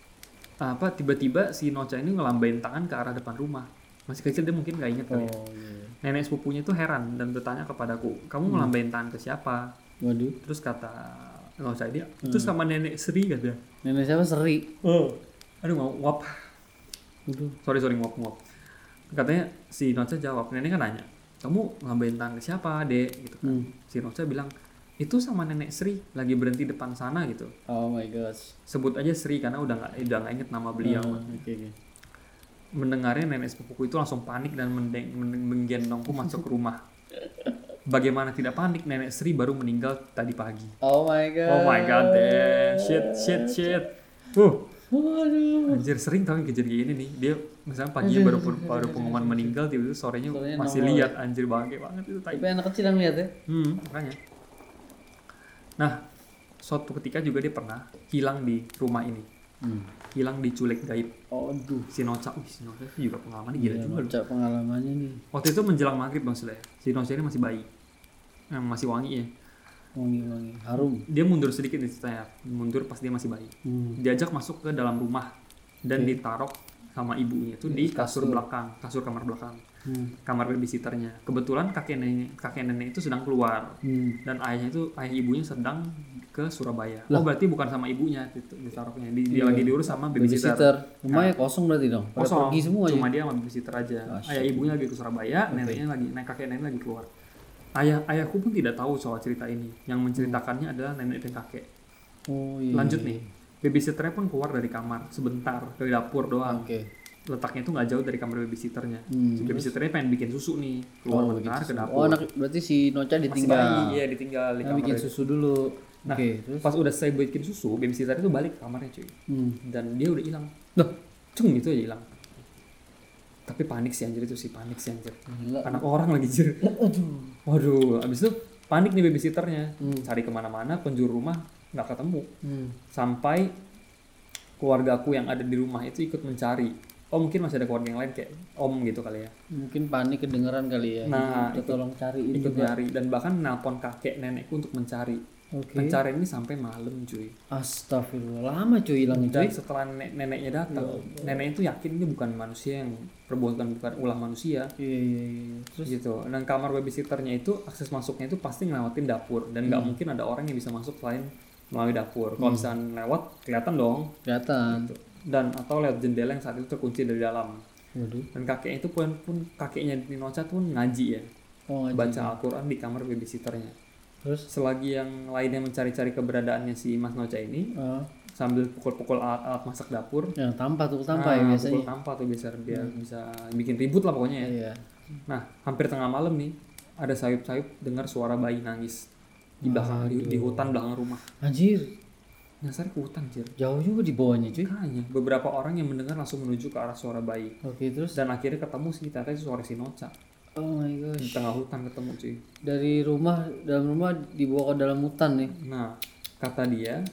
S1: tiba-tiba si Noca ini ngelambain tangan ke arah depan rumah. Masih kecil dia mungkin nggak inget kali.
S2: Iya.
S1: Nenek sepupunya itu heran dan bertanya kepadaku, kamu ngelambain tangan ke siapa?
S2: Waduh.
S1: Terus kata Noca dia, itu sama nenek Sri kata.
S2: Nenek siapa Seri?
S1: Aduh nguap.
S2: Waduh.
S1: Sorry nguap. Katanya si Noca jawab, nenek kan nanya, kamu ngelambain tangan ke siapa dek? Gitu kan. Si Noca bilang, itu sama nenek Sri lagi berhenti depan sana gitu.
S2: Oh my gosh.
S1: Sebut aja Sri karena udah nggak inget nama beliau.
S2: Oke.
S1: Mendengarnya nenek sepupuku itu langsung panik dan menggendongku masuk ke rumah. Bagaimana tidak panik, nenek Sri baru meninggal tadi pagi.
S2: Oh my god.
S1: Damn. Shit.
S2: Waduh.
S1: Anjir, sering kami kejadian ini nih. Dia misalnya paginya baru pengumuman meninggal, tiba-tiba sorenya masih
S2: nongol.
S1: lihat. Anjir banget itu
S2: Tapi anak kecil yang lihat ya.
S1: Makanya. Nah, suatu ketika juga dia pernah hilang di rumah ini. Hilang diculik gaib.
S2: Aduh.
S1: Si Noca juga pengalaman gila juga.
S2: Baca pengalamannya nih.
S1: Waktu itu menjelang maghrib Bang Sule. Si Noca ini masih bayi. Masih wangi ya.
S2: Wangi-wangi. Harum.
S1: Dia mundur sedikit nih ceritanya. Mundur pas dia masih bayi. Diajak masuk ke dalam rumah dan ditaruh sama ibunya itu di kasur kamar belakang. Kamar babysitternya. Kebetulan kakek nenek itu sedang keluar. Dan ayah ibunya sedang ke Surabaya. Oh berarti bukan sama ibunya ditaruhnya. Dia lagi diurus sama babysitter.
S2: Rumahnya kosong berarti dong.
S1: Kosong.
S2: Pergi semua
S1: Cuma dia sama babysitter aja. Ayah ibunya lagi ke Surabaya, kakek nenek lagi keluar. Ayahku pun tidak tahu soal cerita ini. Yang menceritakannya adalah nenek dan kakek.
S2: Oh iya.
S1: Lanjut nih. Babysitternya pun keluar dari kamar sebentar ke dapur doang.
S2: Oke.
S1: Letaknya itu nggak jauh dari kamar babysitternya. Si babysitternya pengen bikin susu nih, keluar bentar ke dapur.
S2: Berarti si Noca
S1: Masih
S2: ditinggal.
S1: bayi, iya ditinggal di kamar.
S2: Bikin susu dulu.
S1: Nah,
S2: terus
S1: pas udah selesai bikin susu, babysitter itu balik ke kamarnya cuy. Dan dia udah hilang. Gitu aja hilang. Tapi panik sih anjir.
S2: Gila.
S1: Anak orang lagi jir. Waduh, abis itu panik nih babysitternya. Cari kemana-mana, penjuru rumah nggak ketemu. Sampai keluarga aku yang ada di rumah itu ikut mencari. Oh mungkin masih ada keluarga yang lain kayak om gitu kali ya.
S2: Mungkin panik kedengeran kali ya.
S1: Nah,
S2: kita tolong cariin
S1: ikut
S2: juga.
S1: nyari dan bahkan nelpon kakek nenekku untuk mencari. Pencarian ini sampai malam cuy.
S2: Astagfirullah, lama cuy hilangnya cuy.
S1: Dan setelah neneknya datang, nenek itu yakin ini bukan manusia yang bukan ulah manusia.
S2: Iya.
S1: Terus gitu. Dan kamar babysitternya itu akses masuknya itu pasti ngelewatin dapur dan nggak mungkin ada orang yang bisa masuk selain melalui dapur. Kalau misalnya lewat kelihatan dong.
S2: Kelihatan.
S1: Gitu. Dan atau lewat jendela yang saat itu terkunci dari dalam.
S2: Waduh.
S1: Dan kakeknya itu pun kakeknya di Noca pun ngaji ya. Baca Al-Quran di kamar babysitternya. Terus selagi yang lainnya mencari-cari keberadaannya si Mas Noca ini sambil pukul-pukul alat masak dapur.
S2: Ya, tampah ya biasanya.
S1: Pukul tampah tuh biar bisa bikin ribut lah pokoknya ya.
S2: Iya.
S1: Nah, hampir tengah malam nih ada sayup-sayup dengar suara bayi nangis di belakang di hutan belakang rumah.
S2: Anjir.
S1: Nyasar ke hutan anjir.
S2: Jauh juga di bawahnya cuy.
S1: Makanya beberapa orang yang mendengar langsung menuju ke arah suara bayi.
S2: Oke, terus
S1: dan akhirnya ketemu sih ternyata itu suara si Noca.
S2: Oh my gosh.
S1: Di tengah hutan ketemu cuy.
S2: Dari dalam rumah dibawa ke dalam hutan nih.
S1: Nah, kata dia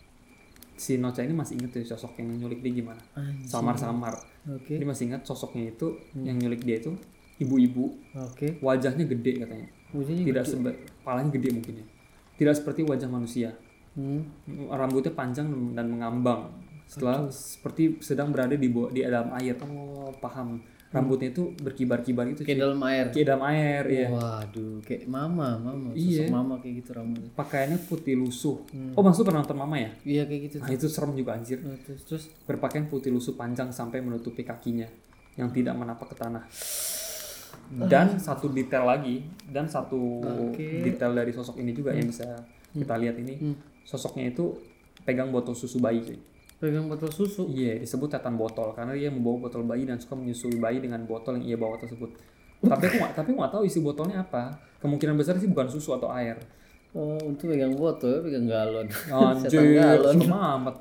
S1: si Noca ini masih inget tuh sosok yang nyulik dia gimana. Samar-samar.
S2: Oke.
S1: Dia masih ingat sosoknya itu yang nyulik dia itu ibu-ibu.
S2: Oke.
S1: Wajahnya gede katanya.
S2: Wajahnya
S1: tidak palanya gede mungkin ya. tidak seperti wajah manusia. Rambutnya panjang dan mengambang. Seperti sedang berada di dalam air. Oh, paham. Rambutnya itu berkibar-kibar itu.
S2: Kayak dalam air.
S1: Kayak dalam air, iya.
S2: Waduh, kayak mama.
S1: Iya.
S2: Sosok mama kayak gitu rambutnya.
S1: Pakaiannya putih lusuh. Oh, maksud pernah nonton Mama ya?
S2: Iya kayak gitu.
S1: Nah, itu serem juga anjir.
S2: Terus
S1: Berpakaian putih lusuh panjang sampai menutupi kakinya yang tidak menapak ke tanah. Dan satu detail lagi, detail dari sosok ini juga yang bisa kita lihat ini. Sosoknya itu pegang botol susu bayi sih.
S2: pegang botol susu.
S1: Iya, disebut tetan botol karena dia membawa botol bayi dan suka menyusui bayi dengan botol yang ia bawa tersebut. Tapi aku nggak tahu isi botolnya apa. Kemungkinan besar sih bukan susu atau air.
S2: Oh, itu pegang botol, pegang galon.
S1: Anjir, sama amat.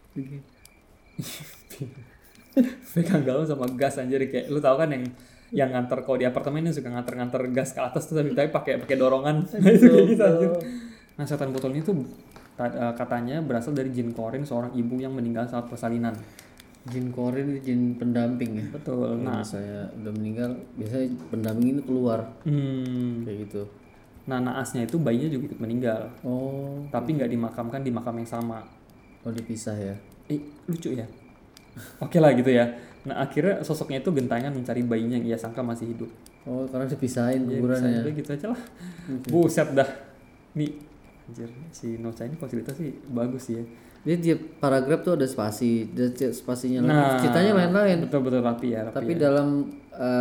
S1: Pegang galon sama gas anjir, kayak lu tahu kan yang nganter kalau di apartemen yang suka nganter gas ke atas tuh tapi pakai dorongan. Itu kayak gitu anjir. Nah, setan botol ini tuh katanya berasal dari jin Korin, seorang ibu yang meninggal saat persalinan.
S2: Jin Korin itu jin pendamping ya.
S1: Betul.
S2: Nah, saya udah meninggal, biasanya pendamping ini keluar. Kayak gitu.
S1: Nah, naasnya itu bayinya juga ikut meninggal.
S2: Oh.
S1: Tapi nggak dimakamkan di makam yang sama.
S2: Oh, dipisah ya.
S1: Lucu ya. Oke lah gitu ya. Nah, akhirnya sosoknya itu gentangan mencari bayinya yang ia sangka masih hidup.
S2: Oh, karena dipisahin kuburannya.
S1: Ya, gitu aja lah. Buset dah. Nih, anjir, si Nocha ini kalau cerita sih bagus sih ya.
S2: Dia tiap paragraf tuh ada spasi, spasinya lagi. Ceritanya lain-lain.
S1: Betul rapi ya.
S2: Tapi dalam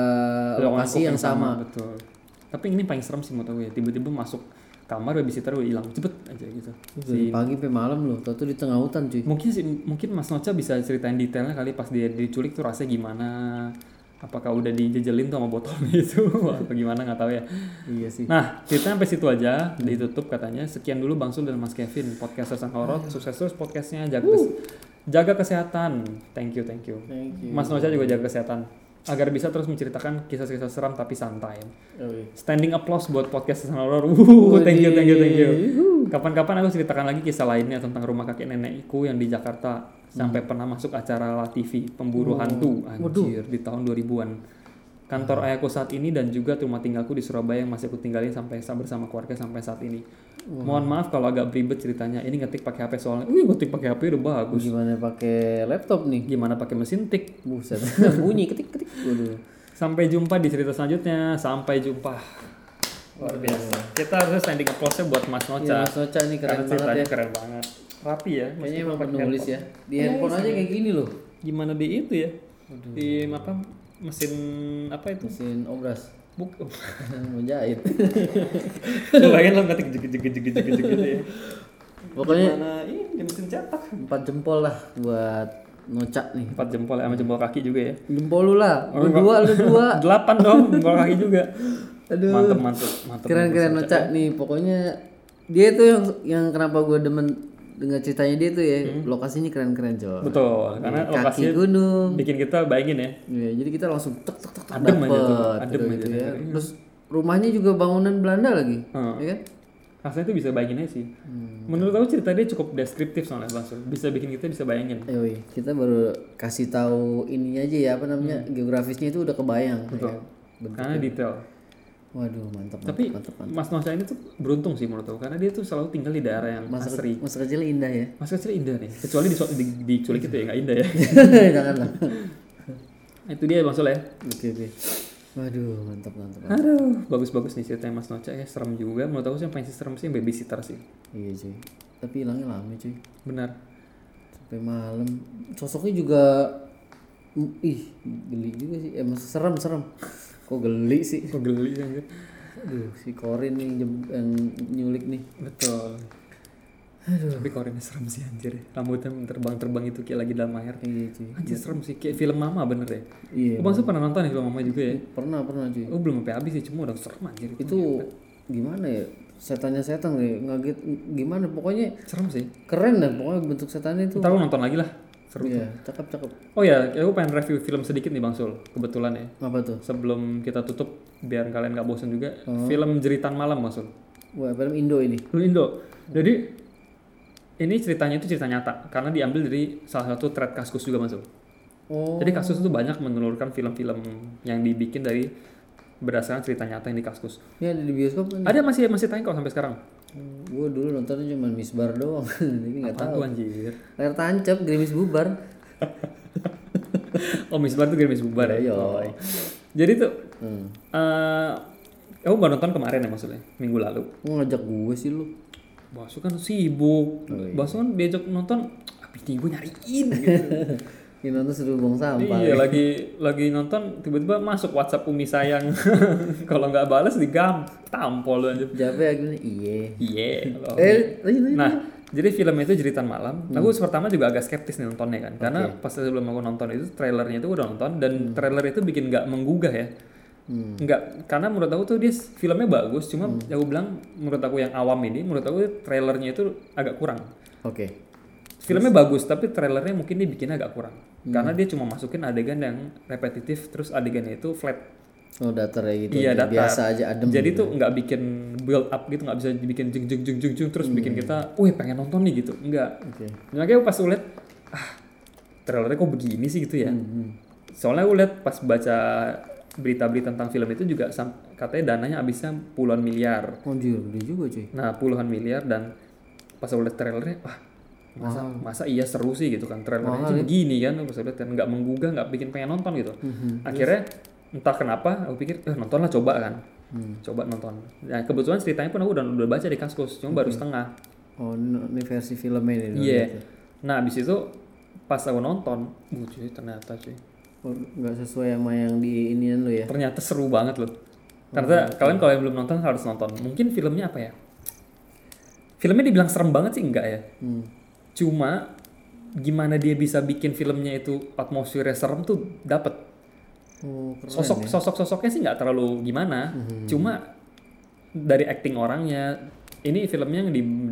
S2: lokasi yang sama.
S1: Betul. Tapi ini paling serem sih menurut gue ya. Tiba-tiba masuk kamar babysitter udah hilang cepet aja gitu.
S2: Dari pagi sampai malam loh. Tahu tuh di tengah hutan cuy.
S1: Mungkin Mas Nocha bisa ceritain detailnya kali pas dia diculik tuh rasanya gimana. Apakah udah dijejelin tuh sama botolnya itu atau gimana nggak tahu ya.
S2: Iya sih.
S1: Nah, ceritanya sampai situ aja, ditutup katanya. Sekian dulu Bang Sul dan Mas Kevin, podcast Sersan Horor. Sukses terus podcastnya, jaga kesehatan. Thank you. Mas Nocha juga jaga kesehatan agar bisa terus menceritakan kisah-kisah seram tapi santai. Standing applause buat podcast Sersan Horor. Thank you. Kapan-kapan aku ceritakan lagi kisah lainnya tentang rumah kakek nenekku yang di Jakarta. Sampai pernah masuk acara La TV pemburu hantu anjir di tahun 2000-an. Kantor ayahku saat ini dan juga rumah tinggalku di Surabaya yang masih aku tinggalin sampai bersama keluarga sampai saat ini. Mohon maaf kalau agak beribet ceritanya. Ini ngetik pakai HP soalnya. Ngetik pakai HP udah bagus.
S2: Gimana pakai laptop nih?
S1: Gimana pakai mesin tik?
S2: Buset. Bunyi ketik. Waduh.
S1: Sampai jumpa di cerita selanjutnya. Sampai jumpa. Luar biasa. Kita harus standing applause-nya buat Mas Nocha.
S2: Ya, Mas Nocha ini keren banget ya.
S1: Keren banget. Rapi ya.
S2: Kayaknya emang penulis ya. Di handphone aja kayak gini loh.
S1: Gimana di itu ya? Di apa? Mesin apa itu?
S2: Mesin obras.
S1: Menjahit. Bayangin lo ngetik jeg ya.
S2: Pokoknya
S1: gimana ini mesin cetak.
S2: 4 jempol lah buat Nocha nih.
S1: 4 jempol sama jempol kaki juga ya.
S2: Jempol lu lah. Lu dua.
S1: 8 dong jempol kaki juga.
S2: Aduh.
S1: Mantep.
S2: Keren Nocha nih. Pokoknya dia tuh yang kenapa gue demen dengan ceritanya dia tuh ya, lokasinya keren-keren coy.
S1: Betul, karena
S2: kaki gunung
S1: bikin kita bayangin ya.
S2: Iya, jadi kita langsung tek
S1: adem aja tuh, adem
S2: gitu ya. Terus rumahnya juga bangunan Belanda lagi, ya kan?
S1: Rasanya tuh bisa bayangin aja sih. Menurut aku cerita dia cukup deskriptif soalnya Bang. Bisa bikin kita bisa bayangin.
S2: Yoi, kita baru kasih tahu ininya aja ya, apa namanya? Geografisnya itu udah kebayang.
S1: Betul. Ya, karena detail.
S2: Waduh, mantap.
S1: Tapi Mas Nocha ini tuh beruntung sih menurut aku, karena dia tuh selalu tinggal di daerah yang asri.
S2: Masa kecil indah ya.
S1: Masa kecil indah nih, kecuali diculik itu ya nggak indah ya.
S2: Janganlah.
S1: Itu dia Bang Sol ya.
S2: Oke. Waduh, mantap.
S1: Aduh, bagus nih ceritanya Mas Nocha ya, serem juga. Menurut aku sih yang paling serem sih babysitter sih.
S2: Iya cuy. Tapi hilangnya lama cuy.
S1: Benar.
S2: Sampai malam. Sosoknya juga geli juga sih. Masih serem. Kok geli sih?
S1: Anjir.
S2: Aduh, si Korin nih yang nyulik nih.
S1: Betul. Aduh. Tapi Korinnya serem sih anjir. Rambutnya terbang itu kayak lagi dalam air.
S2: Iya cuy.
S1: Anjir serem sih, kayak film Mama bener ya.
S2: Iya.
S1: Bang Sul pernah nonton nih film Mama juga ya?
S2: Pernah cuy.
S1: Belum sampai habis sih, cuma udah serem anjir.
S2: Itu gimana ya? Setannya setan nih, ngaget gimana pokoknya
S1: serem sih.
S2: Keren dah pokoknya bentuk setannya itu.
S1: Ntar lu nonton lagi lah. Seru
S2: iya,
S1: tuh.
S2: cakep.
S1: Oh ya, aku pengen review film sedikit nih Bang Sul, kebetulan ya.
S2: Apa tuh?
S1: Sebelum kita tutup, biar kalian gak bosan juga, film Jeritan Malam Bang Sul.
S2: Wah, film Indo ini.
S1: Film Indo. Jadi ini ceritanya itu cerita nyata, karena diambil dari salah satu thread Kaskus juga Bang Sul.
S2: Oh.
S1: Jadi Kaskus itu banyak menelurkan film-film yang dibikin dari berdasarkan cerita nyata yang di Kaskus.
S2: Ini ada di bioskop kan?
S1: Ada masih tayang kok sampai sekarang.
S2: Gue dulu nontonnya cuma Misbar doang. Jadi nggak tahu.
S1: Anjir.
S2: Layar tancap Gerimis bubar.
S1: Oh, Misbar tuh Gerimis bubar ya.
S2: Yo.
S1: Jadi tuh kamu baru nonton kemarin ya maksudnya? Minggu lalu.
S2: Mau ngajak gue sih lu.
S1: Basu kan sibuk. Basu kan diajak nonton, gue nyariin gitu.
S2: Ini nonton seru buang sampah.
S1: Iya, lagi nonton tiba-tiba masuk WhatsApp Umi sayang. Kalau nggak balas tampol lu aja.
S2: Jape ya gini,
S1: Iya.
S2: lanjut.
S1: Nah, jadi film itu Jeritan Malam. Aku pertama juga agak skeptis nih nontonnya kan. Karena pas sebelum aku nonton itu trailernya itu udah nonton dan trailer itu bikin nggak menggugah ya. Enggak, karena menurut aku tuh dia filmnya bagus, cuma aku bilang menurut aku yang awam ini, menurut aku trailernya itu agak kurang.
S2: Oke.
S1: Filmnya bagus, tapi trailernya mungkin dia bikinnya agak kurang. Karena dia cuma masukin adegan yang repetitif, terus adegannya itu flat.
S2: Oh, datar ya gitu.
S1: Iya, datar.
S2: Biasa aja adem.
S1: Jadi tuh nggak bikin build up gitu, nggak bisa dibikin jeng terus bikin kita, wih pengen nonton nih gitu. Enggak.
S2: Oke.
S1: Makanya pas aku lihat, trailernya kok begini sih gitu ya. Soalnya aku lihat pas baca berita-berita tentang film itu juga katanya dananya habisnya puluhan miliar.
S2: Oh, gede juga cuy.
S1: Nah, puluhan miliar dan pas aku lihat trailernya, masa iya seru sih gitu kan, trailernya aja begini kan, pas lihat kan nggak menggugah, nggak bikin pengen nonton gitu. Akhirnya entah kenapa aku pikir nonton lah, coba kan, coba nonton. Nah kebetulan ceritanya pun aku udah baca di Kaskus, cuma baru setengah.
S2: Oh, ini versi filmnya ini.
S1: Iya. Nah abis itu pas aku nonton, cuy ternyata cuy.
S2: Oh, nggak sesuai sama yang di inian lu ya?
S1: Ternyata seru banget loh. Ternyata kalian kalau yang belum nonton harus nonton. Mungkin filmnya apa ya? Filmnya dibilang serem banget sih enggak ya? Cuma gimana dia bisa bikin filmnya itu atmosfernya serem tuh dapet.
S2: Oh, keren.
S1: Sosok-sosoknya sih nggak terlalu gimana. Cuma dari acting orangnya, ini filmnya yang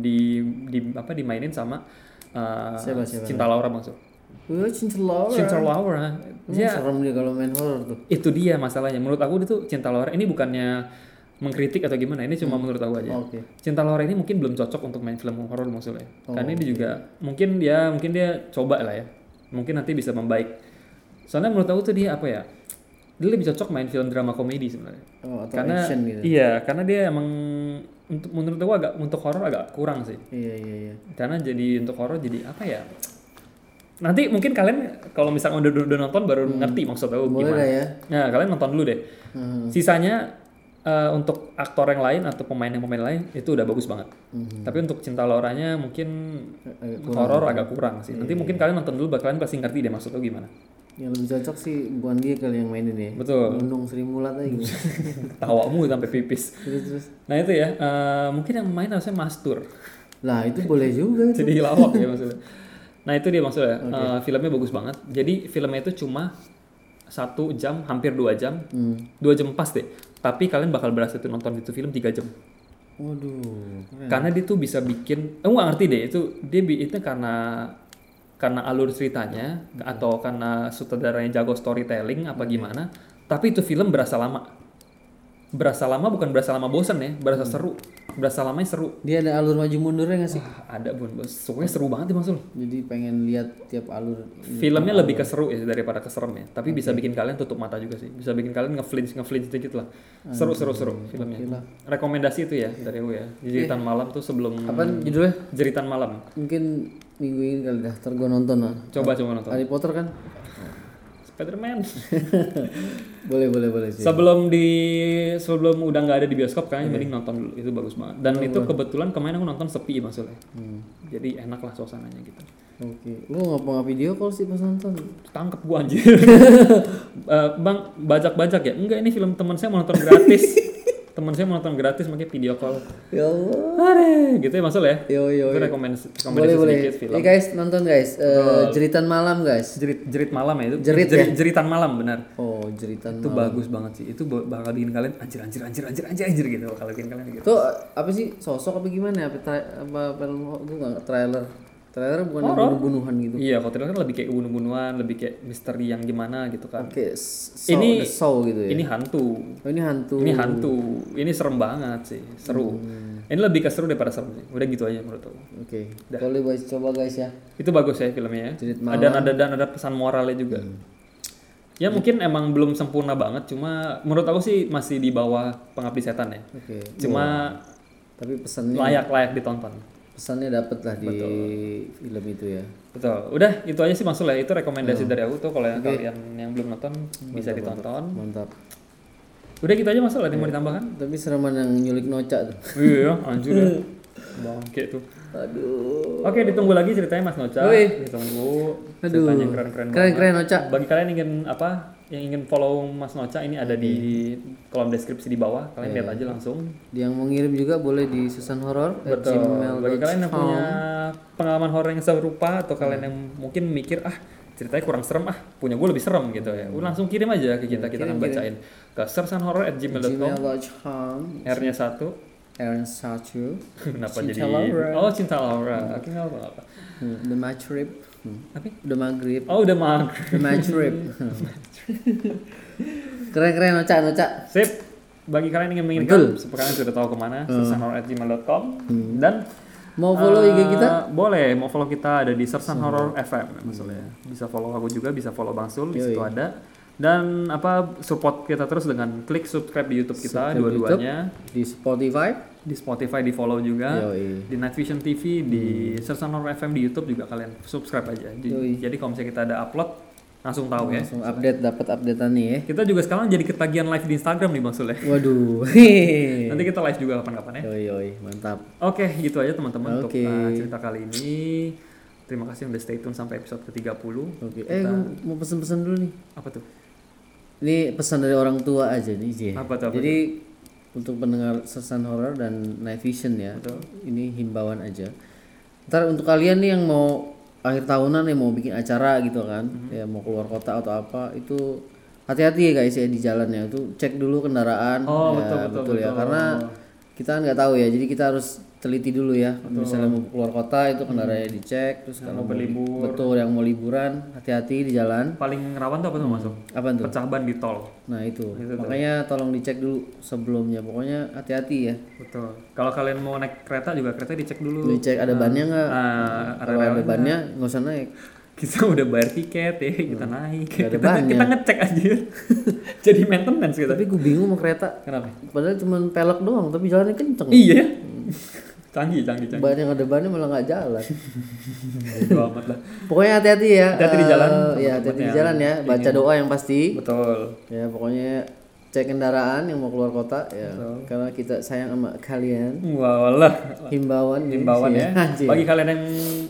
S1: dimainin sama
S2: Siapa?
S1: Cinta Laura maksud.
S2: Oh, Cinta Laura.
S1: Cinta Laura. Dia
S2: serem dia kalau main horor tuh.
S1: itu dia masalahnya. Menurut aku itu Cinta Laura ini bukannya mengkritik atau gimana, ini cuma menurut aku aja.
S2: Oke.
S1: Cinta Laura ini mungkin belum cocok untuk main film horor maksudnya. Karena dia juga mungkin dia coba lah ya. Mungkin nanti bisa membaik. Soalnya menurut aku tuh dia apa ya? Dia lebih cocok main film drama komedi sebenarnya.
S2: Oh, atau
S1: karena
S2: action gitu.
S1: Iya, karena dia emang menurut aku untuk horor agak kurang sih.
S2: Iya.
S1: Karena jadi untuk horor jadi apa ya? Nanti mungkin kalian kalau misalkan udah nonton baru ngerti maksud aku
S2: Boleh
S1: gimana.
S2: ya.
S1: Nah, kalian nonton dulu deh. Sisanya untuk aktor yang lain atau pemain lain itu udah bagus banget. Tapi untuk Cinta Lauranya mungkin horor agak kurang sih. Nanti mungkin kalian nonton dulu kalian pasti ngerti deh maksud aku gimana.
S2: Yang lebih cocok sih bukan dia kali yang mainin ya.
S1: Betul.
S2: Gunung Sri Mulat aja gitu.
S1: Tawamu sampai pipis.
S2: Terus.
S1: Nah itu ya, mungkin yang main harusnya Mastur.
S2: Lah itu boleh juga itu.
S1: Jadi lawak ya maksudnya. Nah itu dia maksudnya. Filmnya bagus banget. Jadi filmnya itu cuma 1 jam, hampir 2 jam. 2 jam pas deh. Tapi kalian bakal berasa tuh nonton itu film 3 jam.
S2: Waduh. Keren.
S1: Karena dia tuh bisa bikin, aku nggak ngerti deh itu karena alur ceritanya atau karena sutradaranya jago storytelling apa gimana. Tapi itu film berasa lama. Berasa lama bukan berasa lama bosan ya, berasa seru. Berasa lamanya seru.
S2: Dia ada alur maju mundurnya nggak sih?
S1: Ada bos. Pokoknya seru banget ya maksud.
S2: Jadi pengen lihat tiap alur.
S1: Filmnya lebih ke seru ya daripada ke serem ya. Tapi bisa bikin kalian tutup mata juga sih. Bisa bikin kalian ngeflinch dikit lah. Seru filmnya. Rekomendasi itu ya dari aku ya. Jeritan Malam tuh sebelum.
S2: Apa judulnya?
S1: Jeritan Malam.
S2: Mungkin minggu ini kali dah. Ntar gue nonton lah.
S1: Coba nonton.
S2: Harry Potter kan?
S1: Spiderman.
S2: boleh sih.
S1: Sebelum udah nggak ada di bioskop kalian mending nonton dulu, itu bagus banget. Dan itu kebetulan kemarin aku nonton sepi maksudnya. Jadi enak lah suasananya gitu.
S2: Oke. Lu ngapa video call sih pas nonton?
S1: Tangkep gua anjir. Bang, bajak ya? Enggak, ini film teman saya mau nonton gratis. Teman saya mau nonton gratis makanya video call.
S2: Ya Allah.
S1: Are, gitu ya maksudnya ya?
S2: Yo.
S1: Itu rekomendasi
S2: Boleh.
S1: sedikit film.
S2: Guys, nonton guys. Jeritan Malam guys.
S1: Jerit malam ya itu.
S2: Ya?
S1: Jeritan Malam benar.
S2: Oh, Jeritan
S1: Itu
S2: Malam.
S1: bagus banget sih. Itu bakal bikin kalian anjir gitu bakal bikin kalian gitu.
S2: Itu apa sih? Sosok apa gimana? Apa film itu enggak trailer? Trailer bukan bunuh-bunuhan gitu.
S1: Iya, kalau trailer kan lebih kayak bunuh-bunuhan, lebih kayak misteri yang gimana gitu kan.
S2: Oke,
S1: ini
S2: show gitu ya.
S1: Ini hantu.
S2: Oh, ini hantu.
S1: Ini serem banget sih, seru. Ini lebih ke seru daripada serem sih. Udah gitu aja menurut aku.
S2: Oke. Boleh guys, coba guys ya.
S1: Itu bagus ya filmnya ya.
S2: Jerit Malam.
S1: Ada pesan moralnya juga. Ya mungkin emang belum sempurna banget, cuma menurut aku sih masih di bawah Pengabdi Setan ya.
S2: Oke.
S1: Cuma
S2: Tapi pesannya
S1: layak ditonton.
S2: Pesannya dapet lah di film itu ya.
S1: Betul. Udah itu aja sih Bang Sul ya. Itu rekomendasi dari aku tuh kalau yang kalian yang belum nonton bisa ditonton.
S2: Mantap.
S1: Udah gitu aja Mas Sul, ada yang mau ditambahkan?
S2: Tapi sereman yang nyulik Noca tuh.
S1: Iya, anjir ya. Bangke tuh.
S2: Aduh.
S1: Oke, ditunggu lagi ceritanya Mas Noca. Ditunggu ceritanya yang keren-keren banget.
S2: Keren Noca.
S1: Bagi kalian yang ingin follow Mas Noca, ini ada di kolom deskripsi di bawah. Kalian lihat aja langsung.
S2: Yang mau ngirim juga boleh di Susan Horror.
S1: Betul. Bagi kalian yang punya pengalaman horor yang serupa atau kalian yang mungkin mikir ceritanya kurang serem punya gue lebih serem gitu ya. Langsung kirim aja ke kita akan bacain ke sersanhorror@gmail.com. R-nya 1. Kenapa
S2: Cinta
S1: jadi
S2: Laura.
S1: Oh, Cinta Laura. Oke, enggak apa-apa.
S2: The Maghrib.
S1: Apa?
S2: Udah maghrib.
S1: Oh, udah maghrib.
S2: The Maghrib. Keren Noca.
S1: Sip. Bagi kalian yang menginginkan, kalian sudah tahu kemana, sersanhorror@gmail.com. Dan
S2: mau follow IG kita?
S1: Boleh, mau follow kita ada di Sersan Horror FM maksudnya. Bisa follow aku juga, bisa follow Bang Sul, di situ ada. Dan support kita terus dengan klik subscribe di YouTube kita dua-duanya.
S2: Di Spotify,
S1: di follow juga. Di Night Vision TV, di Sersan Horror FM di YouTube juga kalian subscribe aja. Jadi kalau misalnya kita ada upload langsung tahu ya.
S2: Langsung update, dapat updatean nih ya.
S1: Kita juga sekarang jadi ketagihan live di Instagram nih Bang Sul ya.
S2: Waduh.
S1: Nanti kita live juga kapan-kapan ya.
S2: Mantap.
S1: Oke, gitu aja teman-teman untuk cerita kali ini. Terima kasih udah stay tune sampai episode ke-30.
S2: Mau pesan-pesan dulu nih.
S1: Apa tuh?
S2: Ini pesan dari orang tua aja nih, Ji.
S1: Apa tuh?
S2: Jadi untuk pendengar Sersan Horror dan Night Vision ya.
S1: Betul.
S2: Ini himbauan aja. Ntar untuk kalian nih yang mau akhir tahunan yang mau bikin acara gitu kan, ya mau keluar kota atau apa, itu hati-hati ya guys ya di jalan ya. Itu cek dulu kendaraan. Betul ya. Karena kita nggak tahu ya, jadi kita harus teliti dulu ya. Misalnya mau keluar kota itu kendaraannya dicek, terus kalau mau berlibur, yang mau liburan hati-hati di jalan.
S1: Paling rawan tuh apa tuh masuk?
S2: Apa tuh?
S1: Pecah ban di tol.
S2: Nah itu makanya tolong dicek dulu sebelumnya, pokoknya hati-hati ya.
S1: Betul. Kalau kalian mau naik kereta juga kereta dicek dulu.
S2: Dicek ada bannya nggak? Kalau ada bannya nggak usah naik.
S1: Kita udah bayar tiket ya, kita naik. Kita ngecek aja. Jadi maintenance gitu.
S2: Tapi gue bingung mau kereta.
S1: Kenapa?
S2: Padahal cuma pelek doang, tapi jalannya kenceng.
S1: Iya. Canggih.
S2: Ban yang ada bannya malah nggak jalan.
S1: Bodo amat lah.
S2: Pokoknya hati-hati ya.
S1: Hati-hati di jalan.
S2: Ya hati-hati di jalan ya. Baca doa yang pasti.
S1: Betul.
S2: Ya pokoknya cek kendaraan yang mau keluar kota ya. Karena kita sayang sama kalian.
S1: Walah.
S2: Himbauan
S1: ya. Bagi kalian yang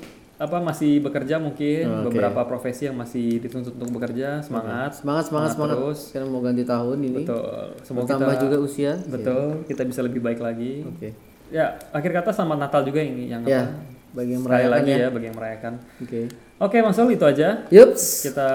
S1: masih bekerja mungkin beberapa profesi yang masih dituntut untuk bekerja, semangat terus.
S2: Karena mau ganti tahun ini.
S1: Betul. Semoga
S2: tambah juga usia.
S1: Betul. Kita bisa lebih baik lagi.
S2: Oke.
S1: Ya, akhir kata selamat Natal juga ini yang
S2: bagi yang
S1: sekali
S2: merayakan
S1: lagi ya bagi yang merayakan.
S2: Oke,
S1: Mas Sol, itu aja.
S2: Yups.
S1: Kita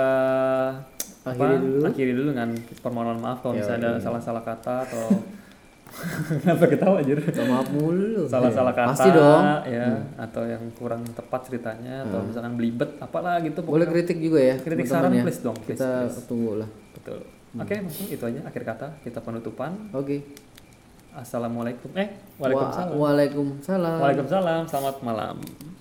S1: akhiri dulu dengan permohonan maaf kalau misalnya ada salah-salah kata atau kenapa ketawa aja?
S2: Maaf mulu.
S1: Salah-salah kata.
S2: Pasti dong.
S1: Ya, atau yang kurang tepat ceritanya atau misalkan belibet apalah gitu.
S2: Boleh kritik juga ya.
S1: Kritik saran please dong.
S2: Kita tunggu lah.
S1: Betul. Oke, Mas Sol, itu aja akhir kata. Kita penutupan.
S2: Assalamualaikum.
S1: Waalaikumsalam.
S2: Waalaikumsalam.
S1: Waalaikumsalam. Selamat malam.